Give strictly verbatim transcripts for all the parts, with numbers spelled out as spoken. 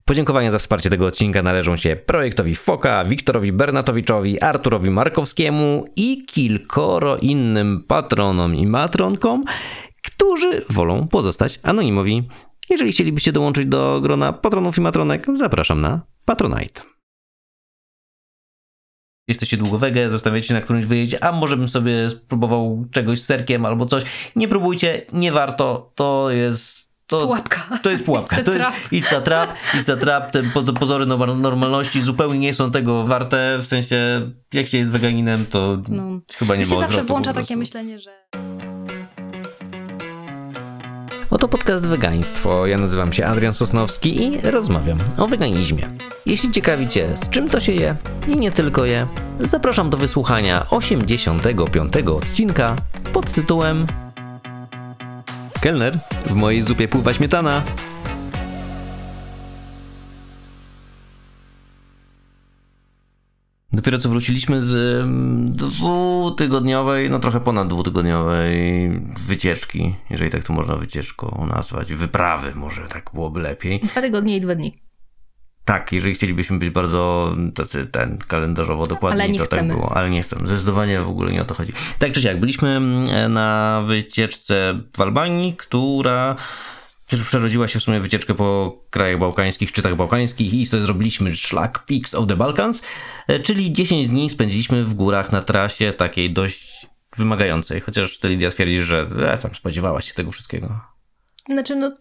Podziękowania za wsparcie tego odcinka należą się Projektowi Foka, Wiktorowi Bernatowiczowi, Arturowi Markowskiemu i kilkoro innym patronom i matronkom, którzy wolą pozostać anonimowi. Jeżeli chcielibyście dołączyć do grona patronów i matronek, zapraszam na Patronite. Jesteście długowege, zostawiacie na którymś wyjeździe, a może bym sobie spróbował czegoś z serkiem albo coś. Nie próbujcie, nie warto, to jest... To, pułapka. To jest pułapka. To jest it's a trap, it's a trap. Te pozory normalności zupełnie nie są tego warte. W sensie, jak się jest weganinem, to no. chyba nie ma odwrotu. Mi się zawsze włącza takie myślenie, że... Oto podcast Wegaństwo. Ja nazywam się Adrian Sosnowski i rozmawiam o weganizmie. Jeśli ciekawi Cię, z czym to się je i nie tylko je, zapraszam do wysłuchania osiemdziesiątego piątego odcinka pod tytułem Kelner, w mojej zupie pływa śmietana. Dopiero co wróciliśmy z dwutygodniowej, no trochę ponad dwutygodniowej wycieczki, jeżeli tak to można wycieczką nazwać, wyprawy może tak byłoby lepiej. Dwa tygodnie i dwa dni. Tak, jeżeli chcielibyśmy być bardzo tacy ten kalendarzowo dokładni, ale nie to chcemy. tak było, ale nie chcemy. Zdecydowanie w ogóle nie o to chodzi. Tak czy siak, byliśmy na wycieczce w Albanii, która przerodziła się w sumie wycieczkę po krajach bałkańskich, czytach bałkańskich i sobie zrobiliśmy szlak Peaks of the Balkans, czyli dziesięć dni spędziliśmy w górach na trasie takiej dość wymagającej, chociaż ty, Lidia, twierdzisz, że e, tam spodziewałaś się tego wszystkiego. Znaczy no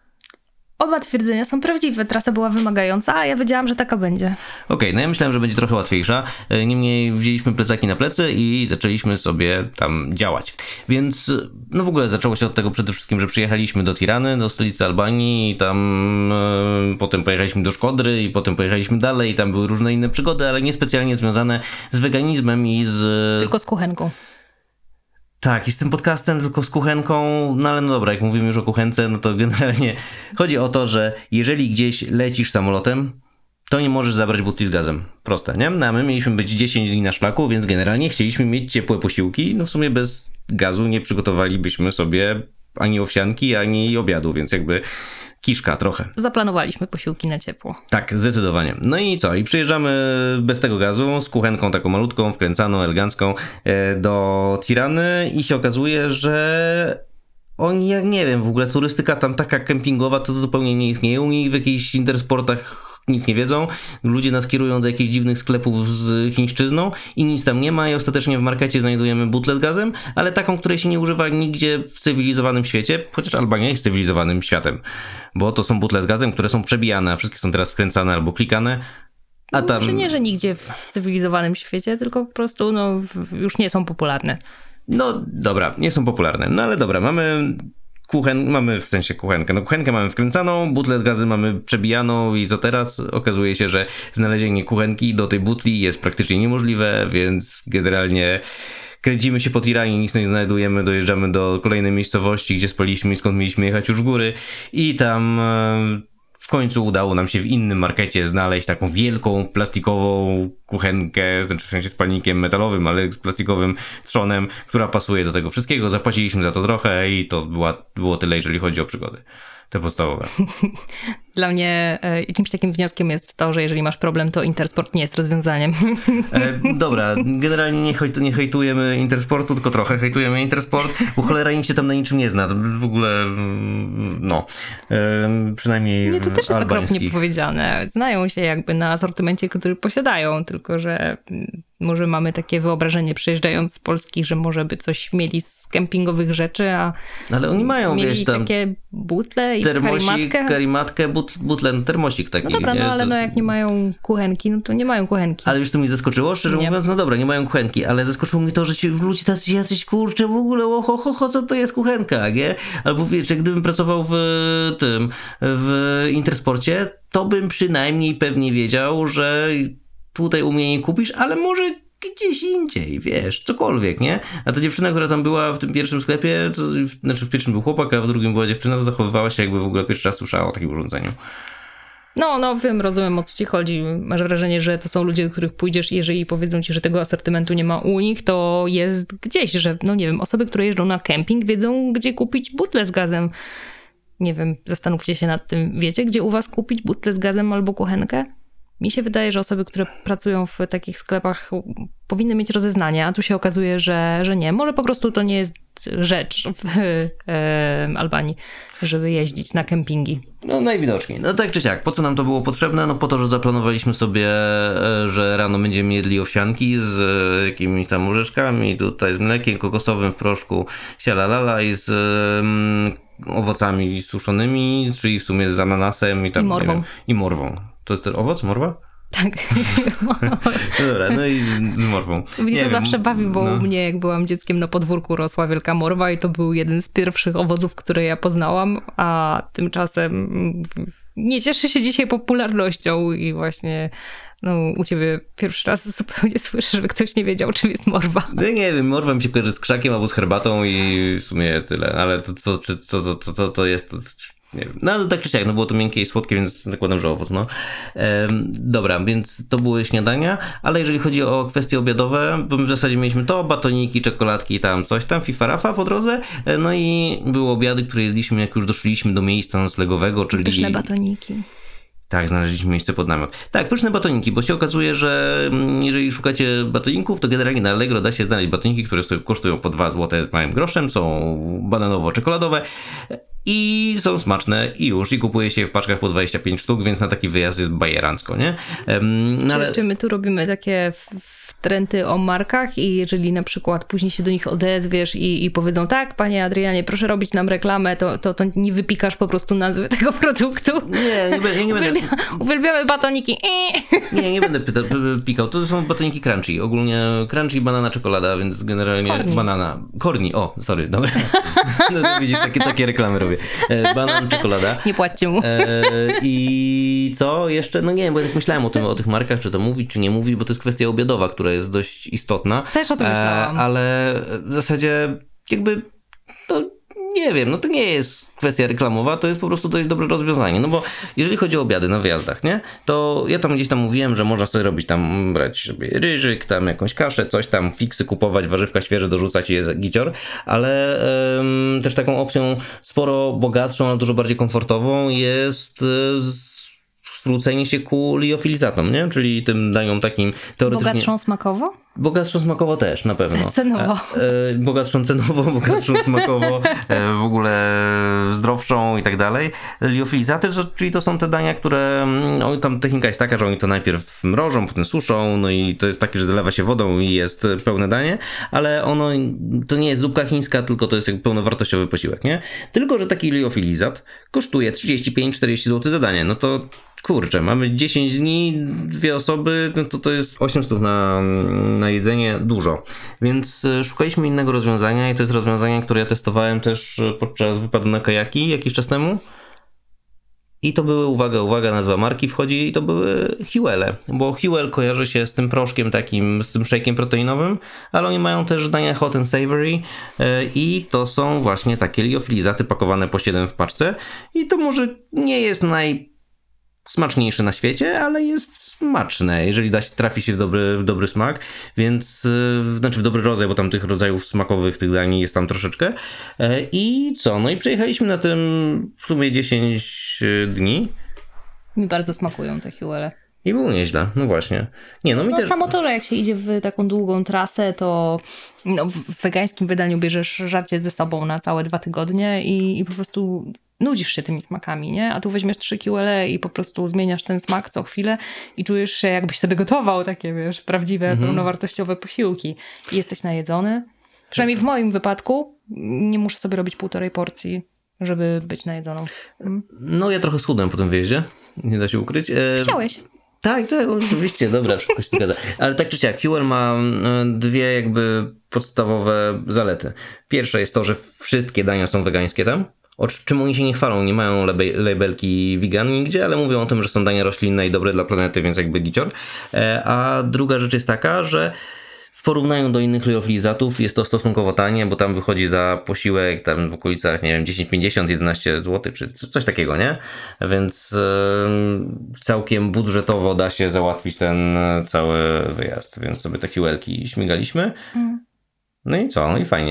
oba twierdzenia są prawdziwe. Trasa była wymagająca, a ja wiedziałam, że taka będzie. Okej, okay, no ja myślałem, że będzie trochę łatwiejsza. Niemniej wzięliśmy plecaki na plecy i zaczęliśmy sobie tam działać. Więc no w ogóle zaczęło się od tego przede wszystkim, że przyjechaliśmy do Tirany, do stolicy Albanii i tam e, potem pojechaliśmy do Szkodry i potem pojechaliśmy dalej i tam były różne inne przygody, ale niespecjalnie związane z weganizmem i z... Tylko z kuchenką. Tak, i z tym podcastem, tylko z kuchenką, no ale no dobra, jak mówimy już o kuchence, no to generalnie chodzi o to, że jeżeli gdzieś lecisz samolotem, to nie możesz zabrać butli z gazem. Proste, nie? No a my mieliśmy być dziesięć dni na szlaku, więc generalnie chcieliśmy mieć ciepłe posiłki, no w sumie bez gazu nie przygotowalibyśmy sobie ani owsianki, ani obiadu, więc jakby... kiszka trochę. Zaplanowaliśmy posiłki na ciepło. Tak, zdecydowanie. No i co? I przyjeżdżamy bez tego gazu, z kuchenką taką malutką, wkręcaną, elegancką do Tirany i się okazuje, że oni, jak nie wiem, w ogóle turystyka tam taka kempingowa to zupełnie nie istnieje. U nich w jakichś intersportach nic nie wiedzą. Ludzie nas kierują do jakichś dziwnych sklepów z chińszczyzną i nic tam nie ma i ostatecznie w markecie znajdujemy butlę z gazem, ale taką, której się nie używa nigdzie w cywilizowanym świecie, chociaż Albania jest cywilizowanym światem, bo to są butle z gazem, które są przebijane, a wszystkie są teraz wkręcane albo klikane. A tam... Może nie, że nigdzie w cywilizowanym świecie, tylko po prostu no, już nie są popularne. No dobra, nie są popularne, no ale dobra, mamy... Kuchen, mamy w sensie kuchenkę. No kuchenkę mamy wkręcaną, butlę z gazem mamy przebijaną i co teraz? Okazuje się, że znalezienie kuchenki do tej butli jest praktycznie niemożliwe, więc generalnie kręcimy się po Tiranie, nic nie znajdujemy, dojeżdżamy do kolejnej miejscowości, gdzie spaliśmy i skąd mieliśmy jechać już w góry i tam... W końcu udało nam się w innym markecie znaleźć taką wielką, plastikową kuchenkę, znaczy w sensie z palnikiem metalowym, ale z plastikowym trzonem, która pasuje do tego wszystkiego. Zapłaciliśmy za to trochę i to była, było tyle, jeżeli chodzi o przygody. Te podstawowe. Dla mnie e, jakimś takim wnioskiem jest to, że jeżeli masz problem, to Intersport nie jest rozwiązaniem. E, dobra, generalnie nie, hejt, nie hejtujemy Intersportu, tylko trochę hejtujemy Intersport, bo cholera nikt się tam na niczym nie zna. W ogóle, no, e, przynajmniej nie, to też jest albańskich. okropnie powiedziane. Znają się jakby na asortymencie, który posiadają, tylko że może mamy takie wyobrażenie przyjeżdżając z Polski, że może by coś mieli z kempingowych rzeczy, a ale oni mają, mieli wiesz, tam takie butle i termosik, karimatkę. karimatkę, but, butle, no, termosik taki. No dobra, nie? no ale to... no jak nie mają kuchenki, no to nie mają kuchenki. Ale już to mnie zaskoczyło, szczerze nie. mówiąc, no dobra, nie mają kuchenki, ale zaskoczyło mnie to, że ci ludzie tacy jacyś, kurczę, w ogóle, oho, ho, ho, co to jest kuchenka, nie? Albo wiecie, gdybym pracował w tym, w Intersporcie, to bym przynajmniej pewnie wiedział, że tutaj u mnie nie kupisz, ale może gdzieś indziej, wiesz, cokolwiek, nie? A ta dziewczyna, która tam była w tym pierwszym sklepie, to, znaczy w pierwszym był chłopak, a w drugim była dziewczyna, to zachowywała się jakby w ogóle pierwszy raz słyszała o takim urządzeniu. No, no wiem, rozumiem, o co ci chodzi. Masz wrażenie, że to są ludzie, do których pójdziesz i jeżeli powiedzą ci, że tego asortymentu nie ma u nich, to jest gdzieś, że no nie wiem, osoby, które jeżdżą na kemping wiedzą, gdzie kupić butlę z gazem. Nie wiem, zastanówcie się nad tym. Wiecie, gdzie u was kupić butlę z gazem albo kuchenkę? Mi się wydaje, że osoby, które pracują w takich sklepach powinny mieć rozeznanie, a tu się okazuje, że, że nie. Może po prostu to nie jest rzecz w e, Albanii, żeby jeździć na kempingi. No najwidoczniej. No tak czy siak, po co nam to było potrzebne? No po to, że zaplanowaliśmy sobie, że rano będziemy jedli owsianki z jakimiś tam orzeszkami, tutaj z mlekiem kokosowym w proszku, sialalala i z um, owocami suszonymi, czyli w sumie z ananasem i tam, I morwą. Nie wiem, i morwą. To jest ten owoc, morwa? Tak. No dobra, no i z, z morwą. Mnie Nie to wiem, zawsze bawi, bo no. u mnie jak byłam dzieckiem na podwórku rosła wielka morwa i to był jeden z pierwszych owoców, które ja poznałam, a tymczasem nie cieszy się dzisiaj popularnością i właśnie no, u ciebie pierwszy raz zupełnie słyszę, żeby ktoś nie wiedział, czym jest morwa. No nie wiem, morwa mi się kojarzy z krzakiem albo z herbatą i w sumie tyle, ale to co to, to, to, to, to, to jest... To... Nie wiem. No ale tak czy siak, no było to miękkie i słodkie, więc zakładam, że owoc, no. Ehm, dobra, więc to były śniadania, ale jeżeli chodzi o kwestie obiadowe, bo my w zasadzie mieliśmy to, batoniki, czekoladki, tam coś tam, fifarafa po drodze, no i były obiady, które jedliśmy, jak już doszliśmy do miejsca noclegowego, czyli... Pyszne batoniki. Tak, znaleźliśmy miejsce pod namiot. Tak, pyszne batoniki, bo się okazuje, że jeżeli szukacie batoników, to generalnie na Allegro da się znaleźć batoniki, które sobie kosztują po dwa złote małym groszem, są bananowo-czekoladowe i są smaczne i już, i kupuje się je w paczkach po dwadzieścia pięć sztuk, więc na taki wyjazd jest bajerancko, nie? No, czy, ale... czy my tu robimy takie wtręty o markach i jeżeli na przykład później się do nich odezwiesz i, i powiedzą tak, panie Adrianie, proszę robić nam reklamę, to, to, to nie wypikasz po prostu nazwy tego produktu? Nie, nie, be, nie, nie będę... Uwielbia, uwielbiamy batoniki. Nie, nie będę pyta, pikał. To są batoniki crunchy. Ogólnie crunchy, banana, czekolada, więc generalnie Korni. banana. Korni, o, sorry, dobra. No to widzisz, takie, takie reklamy robię. E, banan, czekolada. Nie płaccie mu. E, I co jeszcze? No nie wiem, bo ja tak myślałem o tym, o tych markach, czy to mówić, czy nie mówić, bo to jest kwestia obiadowa, która jest dość istotna. Też o tym myślałam. E, ale w zasadzie jakby to nie wiem, no to nie jest kwestia reklamowa, to jest po prostu dość dobre rozwiązanie, no bo jeżeli chodzi o obiady na wyjazdach, nie, to ja tam gdzieś tam mówiłem, że można sobie robić tam, brać sobie ryżyk, tam jakąś kaszę, coś tam, fiksy kupować, warzywka świeże dorzucać i jest gicior, ale ym, też taką opcją sporo bogatszą, ale dużo bardziej komfortową jest y, zwrócenie się ku liofilizatom, nie, czyli tym daniom takim teoretycznie... Bogatszą smakowo? Bogatszą smakowo też, na pewno. Cenowo. E, e, bogatszą cenowo, bogatszą smakowo, e, w ogóle zdrowszą i tak dalej. Liofilizaty, czyli to są te dania, które, no, tam technika jest taka, że oni to najpierw mrożą, potem suszą, no i to jest takie, że zalewa się wodą i jest pełne danie, ale ono, to nie jest zupka chińska, tylko to jest jakby pełnowartościowy posiłek, nie? Tylko, że taki liofilizat kosztuje trzydzieści pięć czterdzieści złotych za danie, no to kurczę, mamy dziesięć dni, dwie osoby, no to to jest osiem stów na, na jedzenie, dużo. Więc szukaliśmy innego rozwiązania i to jest rozwiązanie, które ja testowałem też podczas wypadu na kajaki jakiś czas temu. I to były, uwaga, uwaga, nazwa marki wchodzi, i to były Huele, bo Huel kojarzy się z tym proszkiem takim, z tym shake'iem proteinowym, ale oni mają też dania hot and savory i to są właśnie takie liofilizaty pakowane po siedem w paczce i to może nie jest naj smaczniejsze na świecie, ale jest smaczne, jeżeli da się, trafi się w dobry, w dobry smak, więc yy, znaczy w dobry rodzaj, bo tam tych rodzajów smakowych tych dań jest tam troszeczkę. Yy, I co? No i przejechaliśmy na tym w sumie dziesięć dni. Mi bardzo smakują te Huele. I było nieźle, no właśnie. Nie, no mi no też... samo to, że jak się idzie w taką długą trasę, to no, w wegańskim wydaniu bierzesz żarcie ze sobą na całe dwa tygodnie i, i po prostu nudzisz się tymi smakami, nie? A tu weźmiesz trzy Huele i po prostu zmieniasz ten smak co chwilę i czujesz się, jakbyś sobie gotował takie, wiesz, prawdziwe, mhm. pełnowartościowe posiłki. I jesteś najedzony. Przynajmniej w moim wypadku nie muszę sobie robić półtorej porcji, żeby być najedzoną. Mm. No ja trochę schudłem po tym wyjeździe, nie da się ukryć. E... Chciałeś. Tak, tak, oczywiście, dobra, wszystko się zgadza. Ale tak czy siak, Huel ma dwie jakby podstawowe zalety. Pierwsza jest to, że wszystkie dania są wegańskie tam. O czym oni się nie chwalą, nie mają lebe- labelki vegan nigdzie, ale mówią o tym, że są dania roślinne i dobre dla planety, więc jakby gicior. A druga rzecz jest taka, że w porównaniu do innych liofilizatów jest to stosunkowo tanie, bo tam wychodzi za posiłek tam w okolicach, nie wiem, dziesięć pięćdziesiąt, jedenaście złotych, czy coś takiego, nie? Więc yy, całkiem budżetowo da się załatwić ten cały wyjazd, więc sobie te Huelki śmigaliśmy. Mm. No i co? No i fajnie.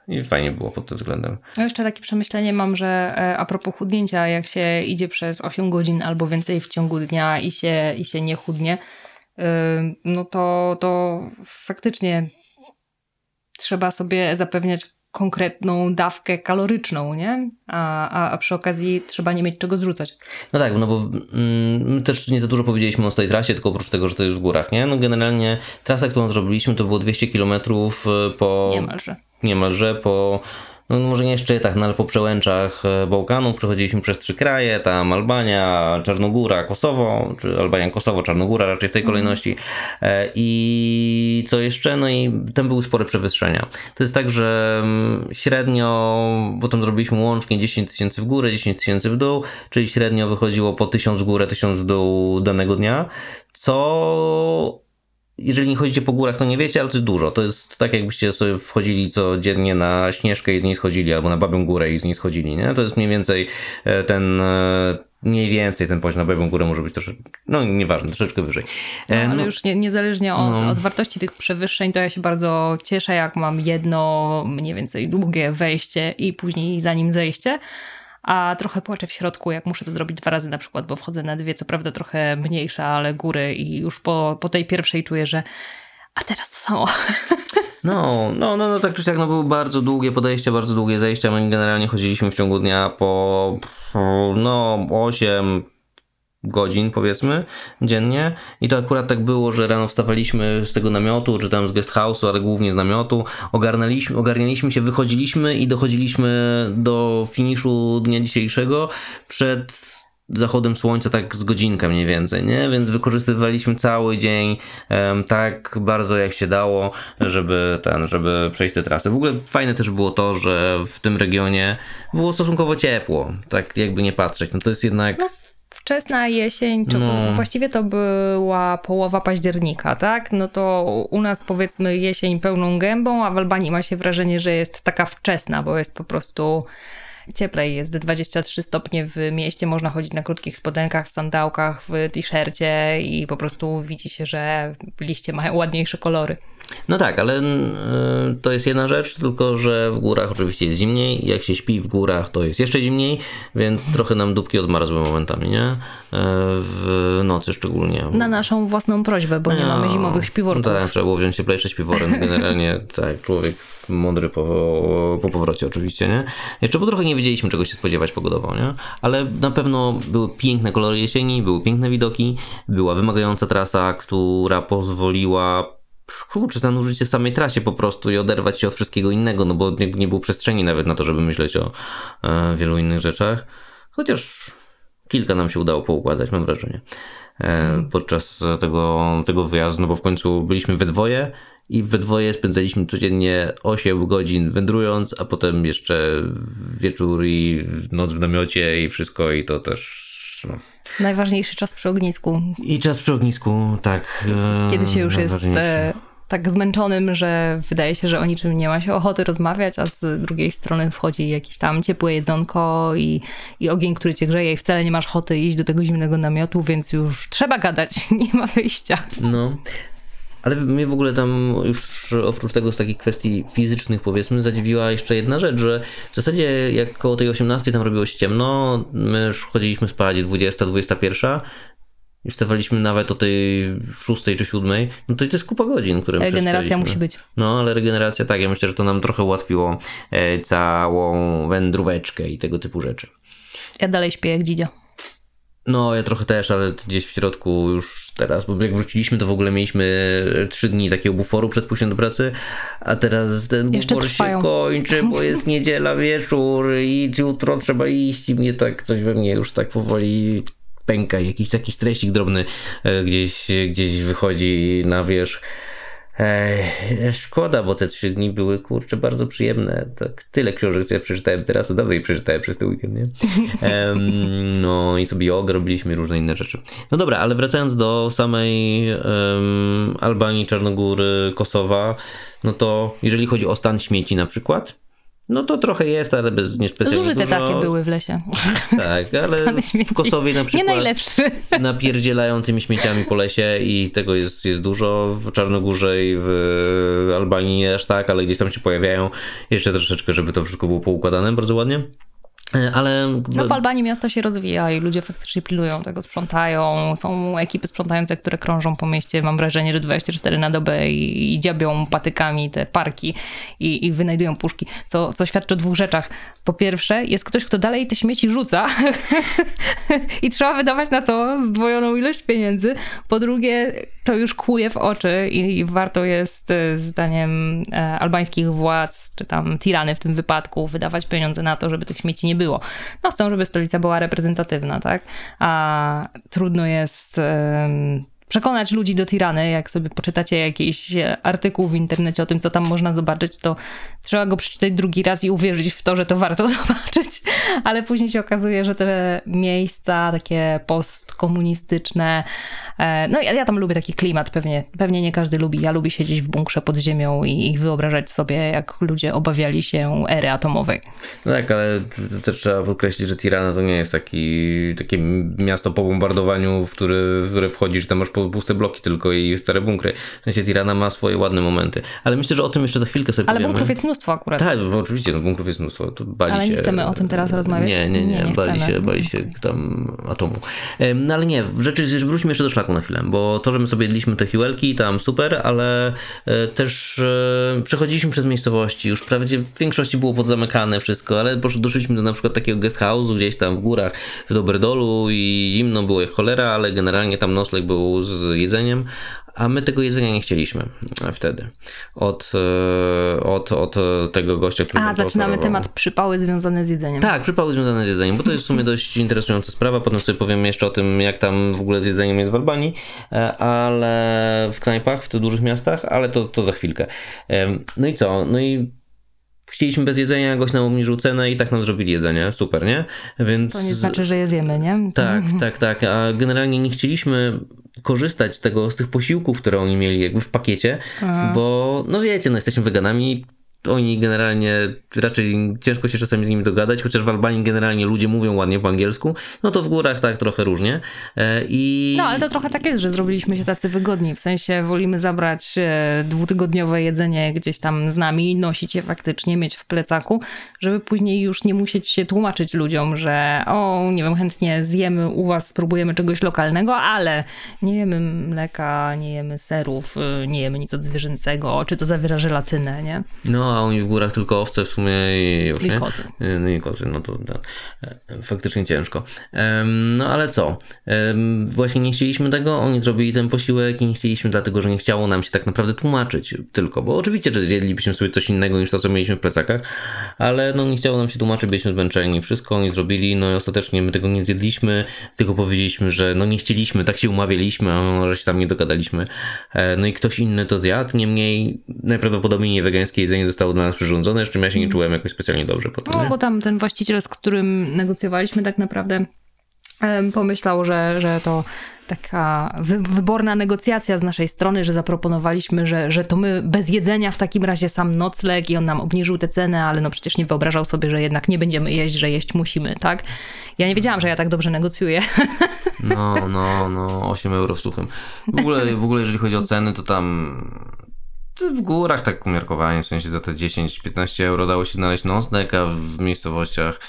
i fajnie było pod tym względem. No jeszcze takie przemyślenie mam, że a propos chudnięcia, jak się idzie przez osiem godzin albo więcej w ciągu dnia i się, i się nie chudnie, no to, to faktycznie trzeba sobie zapewniać konkretną dawkę kaloryczną, nie? A, a, a przy okazji trzeba nie mieć czego zrzucać. No tak, no bo mm, my też nie za dużo powiedzieliśmy o tej trasie, tylko oprócz tego, że to jest w górach, nie? No generalnie trasa, którą zrobiliśmy, to było dwieście kilometrów po... Niemalże. Niemalże po... No może nie szczytach, no ale po przełęczach Bałkanów przechodziliśmy przez trzy kraje, tam Albania, Czarnogóra, Kosowo, czy Albania, Kosowo, Czarnogóra raczej w tej kolejności. I co jeszcze? No i tam były spore przewyższenia. To jest tak, że średnio, bo tam zrobiliśmy łącznie dziesięć tysięcy w górę, dziesięć tysięcy w dół, czyli średnio wychodziło po tysiąc w górę, tysiąc w dół danego dnia, co... Jeżeli nie chodzicie po górach, to nie wiecie, ale to jest dużo. To jest tak, jakbyście sobie wchodzili codziennie na Śnieżkę i z niej schodzili, albo na Babią Górę i z niej schodzili, nie? To jest mniej więcej ten, mniej więcej ten poziom na Babią Górę może być troszeczkę, no nieważne, troszeczkę wyżej. No, ale no, już nie, niezależnie od, no. od wartości tych przewyższeń, to ja się bardzo cieszę, jak mam jedno mniej więcej długie wejście i później za nim zejście. A trochę płaczę w środku, jak muszę to zrobić dwa razy na przykład, bo wchodzę na dwie, co prawda trochę mniejsze, ale góry i już po, po tej pierwszej czuję, że a teraz to samo. No, no, no, no tak czy siak, no były bardzo długie podejścia, bardzo długie zejścia. My generalnie chodziliśmy w ciągu dnia po no osiem godzin powiedzmy dziennie i to akurat tak było, że rano wstawaliśmy z tego namiotu, czy tam z guest house'u, ale głównie z namiotu, ogarnęliśmy, ogarnialiśmy się, wychodziliśmy i dochodziliśmy do finiszu dnia dzisiejszego przed zachodem słońca tak z godzinkę mniej więcej, nie? Więc wykorzystywaliśmy cały dzień um, tak bardzo jak się dało, żeby ten, żeby przejść te trasy. W ogóle fajne też było to, że w tym regionie było stosunkowo ciepło, tak jakby nie patrzeć, no to jest jednak... No. Wczesna jesień, czy No. właściwie to była połowa października, tak? No to u nas powiedzmy jesień pełną gębą, a w Albanii ma się wrażenie, że jest taka wczesna, bo jest po prostu cieplej. Jest dwadzieścia trzy stopnie w mieście, można chodzić na krótkich spodenkach, w sandałkach, w t-shircie i po prostu widzi się, że liście mają ładniejsze kolory. No tak, ale y, to jest jedna rzecz, tylko że w górach oczywiście jest zimniej, jak się śpi w górach to jest jeszcze zimniej, więc trochę nam dupki odmarzły momentami, nie? W nocy szczególnie. Na naszą własną prośbę, bo nie no, mamy zimowych śpiworków. Tak, trzeba było wziąć cieplejsze śpiwory, no generalnie tak, człowiek mądry po, po powrocie oczywiście, nie? Jeszcze bo trochę nie wiedzieliśmy czego się spodziewać pogodowo, nie? Ale na pewno były piękne kolory jesieni, były piękne widoki, była wymagająca trasa, która pozwoliła kurczę, zanurzyć się w samej trasie po prostu i oderwać się od wszystkiego innego, no bo nie, nie było przestrzeni nawet na to, żeby myśleć o e, wielu innych rzeczach. Chociaż kilka nam się udało poukładać, mam wrażenie, e, podczas tego, tego wyjazdu, no bo w końcu byliśmy we dwoje i we dwoje spędzaliśmy codziennie osiem godzin wędrując, a potem jeszcze wieczór i noc w namiocie i wszystko i to też... No. Najważniejszy czas przy ognisku. I czas przy ognisku, tak. Kiedy się już jest e, tak zmęczonym, że wydaje się, że o niczym nie ma się ochoty rozmawiać, a z drugiej strony wchodzi jakieś tam ciepłe jedzonko i, i ogień, który cię grzeje i wcale nie masz ochoty iść do tego zimnego namiotu, więc już trzeba gadać, nie ma wyjścia. No. Ale mnie w ogóle tam już oprócz tego z takich kwestii fizycznych powiedzmy zadziwiła jeszcze jedna rzecz, że w zasadzie jak koło tej osiemnastej tam robiło się ciemno, my już chodziliśmy spać dwudziesta, dwudziesta pierwsza i wstawaliśmy nawet o tej szóstej czy siódmej, no to to jest kupa godzin, które regeneracja musi być. No ale regeneracja tak, ja myślę, że to nam trochę ułatwiło e, całą wędróweczkę i tego typu rzeczy. Ja dalej śpię jak dzidzia. No, ja trochę też, ale gdzieś w środku już teraz, bo jak wróciliśmy, to w ogóle mieliśmy trzy dni takiego buforu przed pójściem do pracy, a teraz ten Jeszcze bufor trwają. się kończy, bo jest niedziela wieczór i jutro trzeba iść i mnie tak, coś we mnie już tak powoli pęka, jakiś taki stresik drobny gdzieś, gdzieś wychodzi na wierzch. Ej, szkoda, bo te trzy dni były, kurczę, bardzo przyjemne. Tak, tyle książek, co ja przeczytałem teraz, to dawniej przeczytałem przez ten weekend, nie? Um, no i sobie jogę robiliśmy, różne inne rzeczy. No dobra, ale wracając do samej um, Albanii, Czarnogóry, Kosowa, no to jeżeli chodzi o stan śmieci na przykład, No to trochę jest, ale bez niespecjalnie Zużyte dużo. takie były w lesie. Tak, ale w Kosowie na przykład nie najlepszy. napierdzielają tymi śmieciami po lesie i tego jest, jest dużo. W Czarnogórze i w Albanii nie aż tak, ale gdzieś tam się pojawiają. Jeszcze troszeczkę, żeby to wszystko było poukładane bardzo ładnie. Ale... No w Albanii miasto się rozwija i ludzie faktycznie pilnują tego, sprzątają. Są ekipy sprzątające, które krążą po mieście, mam wrażenie, że dwadzieścia cztery na dobę i, i dziabią patykami te parki i, i wynajdują puszki, co, co świadczy o dwóch rzeczach. Po pierwsze, jest ktoś, kto dalej te śmieci rzuca i trzeba wydawać na to zdwojoną ilość pieniędzy. Po drugie, to już kłuje w oczy i warto jest, zdaniem albańskich władz, czy tam tirany w tym wypadku, wydawać pieniądze na to, żeby tych śmieci nie było. No chcą, żeby stolica była reprezentatywna, tak? A trudno jest um, przekonać ludzi do Tirany. Jak sobie poczytacie jakiś artykuł w internecie o tym, co tam można zobaczyć, to trzeba go przeczytać drugi raz i uwierzyć w to, że to warto zobaczyć. Ale później się okazuje, że te miejsca takie postkomunistyczne, no ja, ja tam lubię taki klimat, pewnie, pewnie nie każdy lubi. Ja lubię siedzieć w bunkrze pod ziemią i, i wyobrażać sobie, jak ludzie obawiali się ery atomowej. No tak, ale też trzeba podkreślić, że Tirana to nie jest taki, takie miasto po bombardowaniu, w które, w które wchodzisz, tam masz puste bloki tylko i stare bunkry. W sensie Tirana ma swoje ładne momenty. Ale myślę, że o tym jeszcze za chwilkę sobie Ale powiemy. bunkrów jest mnóstwo akurat. Tak, bo oczywiście, no bunkrów jest mnóstwo. Tu bali ale nie się, chcemy o tym teraz rozmawiać? Nie, nie, nie. nie, nie bali, się, bali się tam atomu. No ale nie, w rzeczy wróćmy jeszcze do szlaku na chwilę, bo to, że my sobie jedliśmy te hiłelki, tam super, ale też przechodziliśmy przez miejscowości, już prawie w większości było podzamykane wszystko, ale doszliśmy do na przykład takiego guest house'u gdzieś tam w górach, w Doberdolu i zimno było jak cholera, ale generalnie tam nocleg był z jedzeniem, a my tego jedzenia nie chcieliśmy wtedy. Od, od, od tego gościa, który A, zaczynamy oferował. Temat przypały związane z jedzeniem. Tak, przypały związane z jedzeniem, bo to jest w sumie dość interesująca sprawa. Potem sobie powiem jeszcze o tym, jak tam w ogóle z jedzeniem jest w Albanii, ale w knajpach, w tych dużych miastach, ale to, to za chwilkę. No i co? No i chcieliśmy bez jedzenia, gość nam obniżył cenę i tak nam zrobili jedzenie. Super, nie? Więc... To nie znaczy, że je zjemy, nie? Tak, tak, tak. A generalnie nie chcieliśmy korzystać z tego, z tych posiłków, które oni mieli jakby w pakiecie, Aha. bo no wiecie, no jesteśmy weganami, oni generalnie, raczej ciężko się czasami z nimi dogadać, chociaż w Albanii generalnie ludzie mówią ładnie po angielsku, no to w górach tak trochę różnie. I... No ale to trochę tak jest, że zrobiliśmy się tacy wygodni, w sensie wolimy zabrać dwutygodniowe jedzenie gdzieś tam z nami, nosić je faktycznie, mieć w plecaku, żeby później już nie musieć się tłumaczyć ludziom, że o, nie wiem, chętnie zjemy u was, spróbujemy czegoś lokalnego, ale nie jemy mleka, nie jemy serów, nie jemy nic odzwierzęcego, czy to zawiera żelatynę, nie? No, a oni w górach tylko owce w sumie i już, I nie? koty. No i koty, no to tak, faktycznie ciężko. No ale co? Właśnie nie chcieliśmy tego, oni zrobili ten posiłek i nie chcieliśmy dlatego, że nie chciało nam się tak naprawdę tłumaczyć tylko, bo oczywiście, że zjedlibyśmy sobie coś innego niż to, co mieliśmy w plecakach, ale no nie chciało nam się tłumaczyć, byliśmy zmęczeni, wszystko oni zrobili, no i ostatecznie my tego nie zjedliśmy, tylko powiedzieliśmy, że no nie chcieliśmy, tak się umawialiśmy, a no, że się tam nie dogadaliśmy. No i ktoś inny to zjadł, niemniej najprawdopodobniej nie wegańskie jedzenie zostało dla nas przyrządzone, z czym ja się nie czułem jakoś specjalnie dobrze potem. No nie? bo tam ten właściciel, z którym negocjowaliśmy, tak naprawdę pomyślał, że, że to taka wy, wyborna negocjacja z naszej strony, że zaproponowaliśmy, że, że to my bez jedzenia w takim razie sam nocleg i on nam obniżył tę cenę, ale no przecież nie wyobrażał sobie, że jednak nie będziemy jeść, że jeść musimy, tak? Ja nie wiedziałam, że ja tak dobrze negocjuję. No, no, no, osiem euro w suchym. W ogóle, w ogóle jeżeli chodzi o ceny, to tam w górach tak umiarkowanie, w sensie za te dziesięć piętnaście euro dało się znaleźć nocleg, a w miejscowościach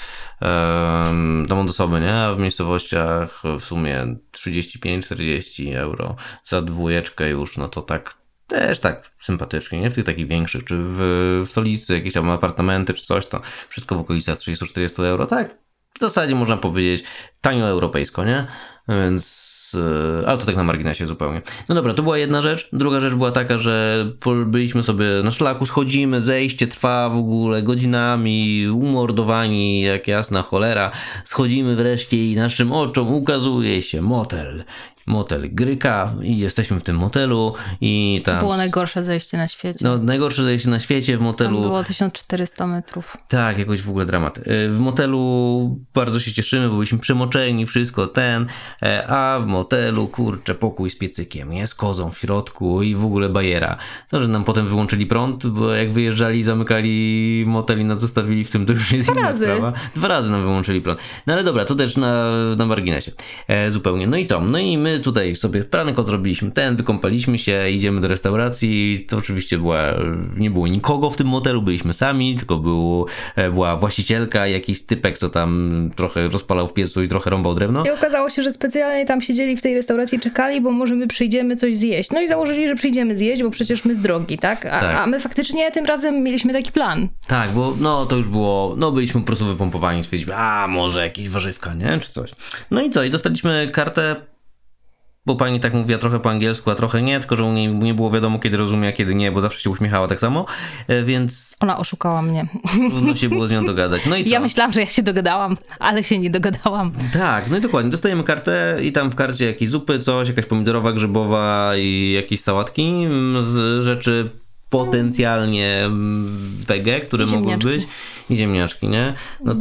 um, dom od osoby, nie? A w miejscowościach w sumie trzydzieści pięć czterdzieści euro za dwójeczkę już, no to tak też tak sympatycznie, nie? W tych takich większych, czy w, w stolicy jakieś tam apartamenty, czy coś, to wszystko w okolicach trzydzieści czterdzieści euro, tak? W zasadzie można powiedzieć tanio europejsko, nie? Więc ale to tak na marginesie zupełnie. No dobra, to była jedna rzecz. Druga rzecz była taka, że byliśmy sobie na szlaku, schodzimy, zejście trwa w ogóle godzinami, umordowani jak jasna cholera. Schodzimy wreszcie i naszym oczom ukazuje się motel. motel Gryka i jesteśmy w tym motelu i tam... To było najgorsze zejście na świecie. No, najgorsze zejście na świecie w motelu. Tam było tysiąc czterysta metrów. Tak, jakoś w ogóle dramat. W motelu bardzo się cieszymy, bo byliśmy przemoczeni, wszystko ten, a w motelu, kurczę, pokój z piecykiem, nie? Z kozą w środku i w ogóle bajera. To, że nam potem wyłączyli prąd, bo jak wyjeżdżali, zamykali motel i nas zostawili w tym, to już jest Dwa inna razy. sprawa. Dwa razy nam wyłączyli prąd. No ale dobra, to też na, na marginesie. E, zupełnie. No i co? No i my tutaj sobie prany kot zrobiliśmy ten, wykąpaliśmy się, idziemy do restauracji. To oczywiście była, nie było nikogo w tym motelu, byliśmy sami, tylko był, była właścicielka, jakiś typek, co tam trochę rozpalał w piecu i trochę rąbał drewno. I okazało się, że specjalnie tam siedzieli w tej restauracji, czekali, bo może my przyjdziemy coś zjeść. No i założyli, że przyjdziemy zjeść, bo przecież my z drogi, tak? A, Tak. a my faktycznie tym razem mieliśmy taki plan. Tak, bo no to już było, no byliśmy po prostu wypompowani, stwierdziliśmy, a może jakieś warzywka, nie? Czy coś. No i co? I dostaliśmy kartę, bo pani tak mówiła trochę po angielsku, a trochę nie, tylko że u niej nie było wiadomo, kiedy rozumie, a kiedy nie, bo zawsze się uśmiechała tak samo, e, więc Ona oszukała mnie. trudno się było z nią dogadać. No i co? Ja myślałam, że ja się dogadałam, ale się nie dogadałam. Tak, no i dokładnie. Dostajemy kartę i tam w karcie jakieś zupy, coś, jakaś pomidorowa, grzybowa i jakieś sałatki mm, z rzeczy potencjalnie mm, wege, które I mogły ziemniaczki. być. I ziemniaczki, nie? No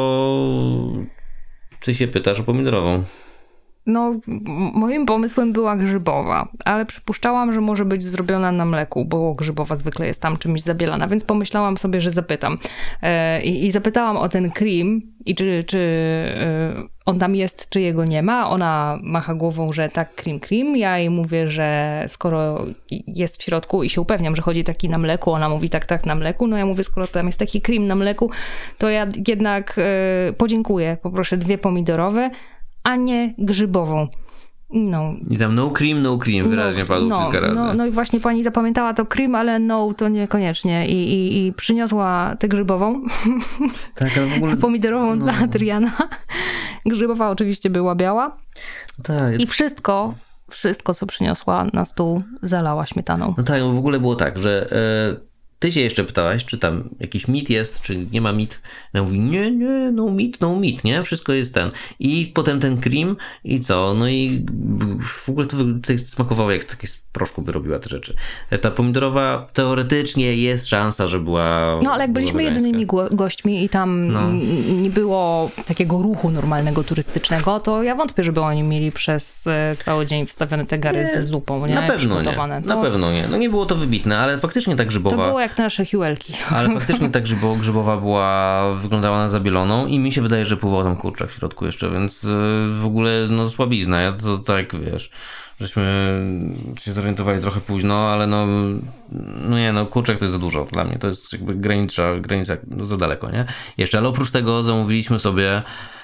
to ty się pytasz o pomidorową. No, m- moim pomysłem była grzybowa, ale przypuszczałam, że może być zrobiona na mleku, bo grzybowa zwykle jest tam czymś zabielana, więc pomyślałam sobie, że zapytam. E, i, I zapytałam o ten cream i czy, czy e, on tam jest, czy jego nie ma. Ona macha głową, że tak, cream, cream. Ja jej mówię, że skoro jest w środku i się upewniam, że chodzi taki na mleku, ona mówi tak, tak, na mleku. No ja mówię, skoro tam jest taki cream na mleku, to ja jednak e, podziękuję. Poproszę dwie pomidorowe, a nie grzybową. No. I tam no cream, no cream wyraźnie no, padło no, kilka razy. No, no i właśnie pani zapamiętała to cream, ale no to niekoniecznie. I, i, i przyniosła tę grzybową, Tak, ale w ogóle... pomidorową no. dla Adriana. Grzybowa oczywiście była biała. Tak, I wszystko, wszystko co przyniosła na stół, zalała śmietaną. no tak, no w ogóle było tak, że e, ty się jeszcze pytałaś, czy tam jakiś mit jest, czy nie ma mit. Ja mówi, nie, nie, no mit, no mit, nie? Wszystko jest ten. I potem ten cream i co? No i w ogóle to wy- smakowało, jak takie z proszku by robiła te rzeczy. Ta pomidorowa teoretycznie jest szansa, że była No ale jak była byliśmy wegańska. jedynymi gło- gośćmi i tam No. n- nie było takiego ruchu normalnego, turystycznego, to ja wątpię, żeby oni mieli przez e, cały dzień wstawione te gary Nie, ze zupą, nie? Na pewno nie, Przygotowane. na To- pewno nie. No nie było to wybitne, ale faktycznie ta To grzybowa... było jak te nasze hiłelki. Ale faktycznie tak grzybo, grzybowa była, wyglądała na zabieloną i mi się wydaje, że pływał tam kurczak w środku jeszcze, więc yy, w ogóle no słabizna. Ja to tak, wiesz, żeśmy się zorientowali trochę późno, ale no, no nie, no kurczak to jest za dużo dla mnie. To jest jakby granica, granica no, za daleko, nie? Jeszcze, ale oprócz tego zamówiliśmy sobie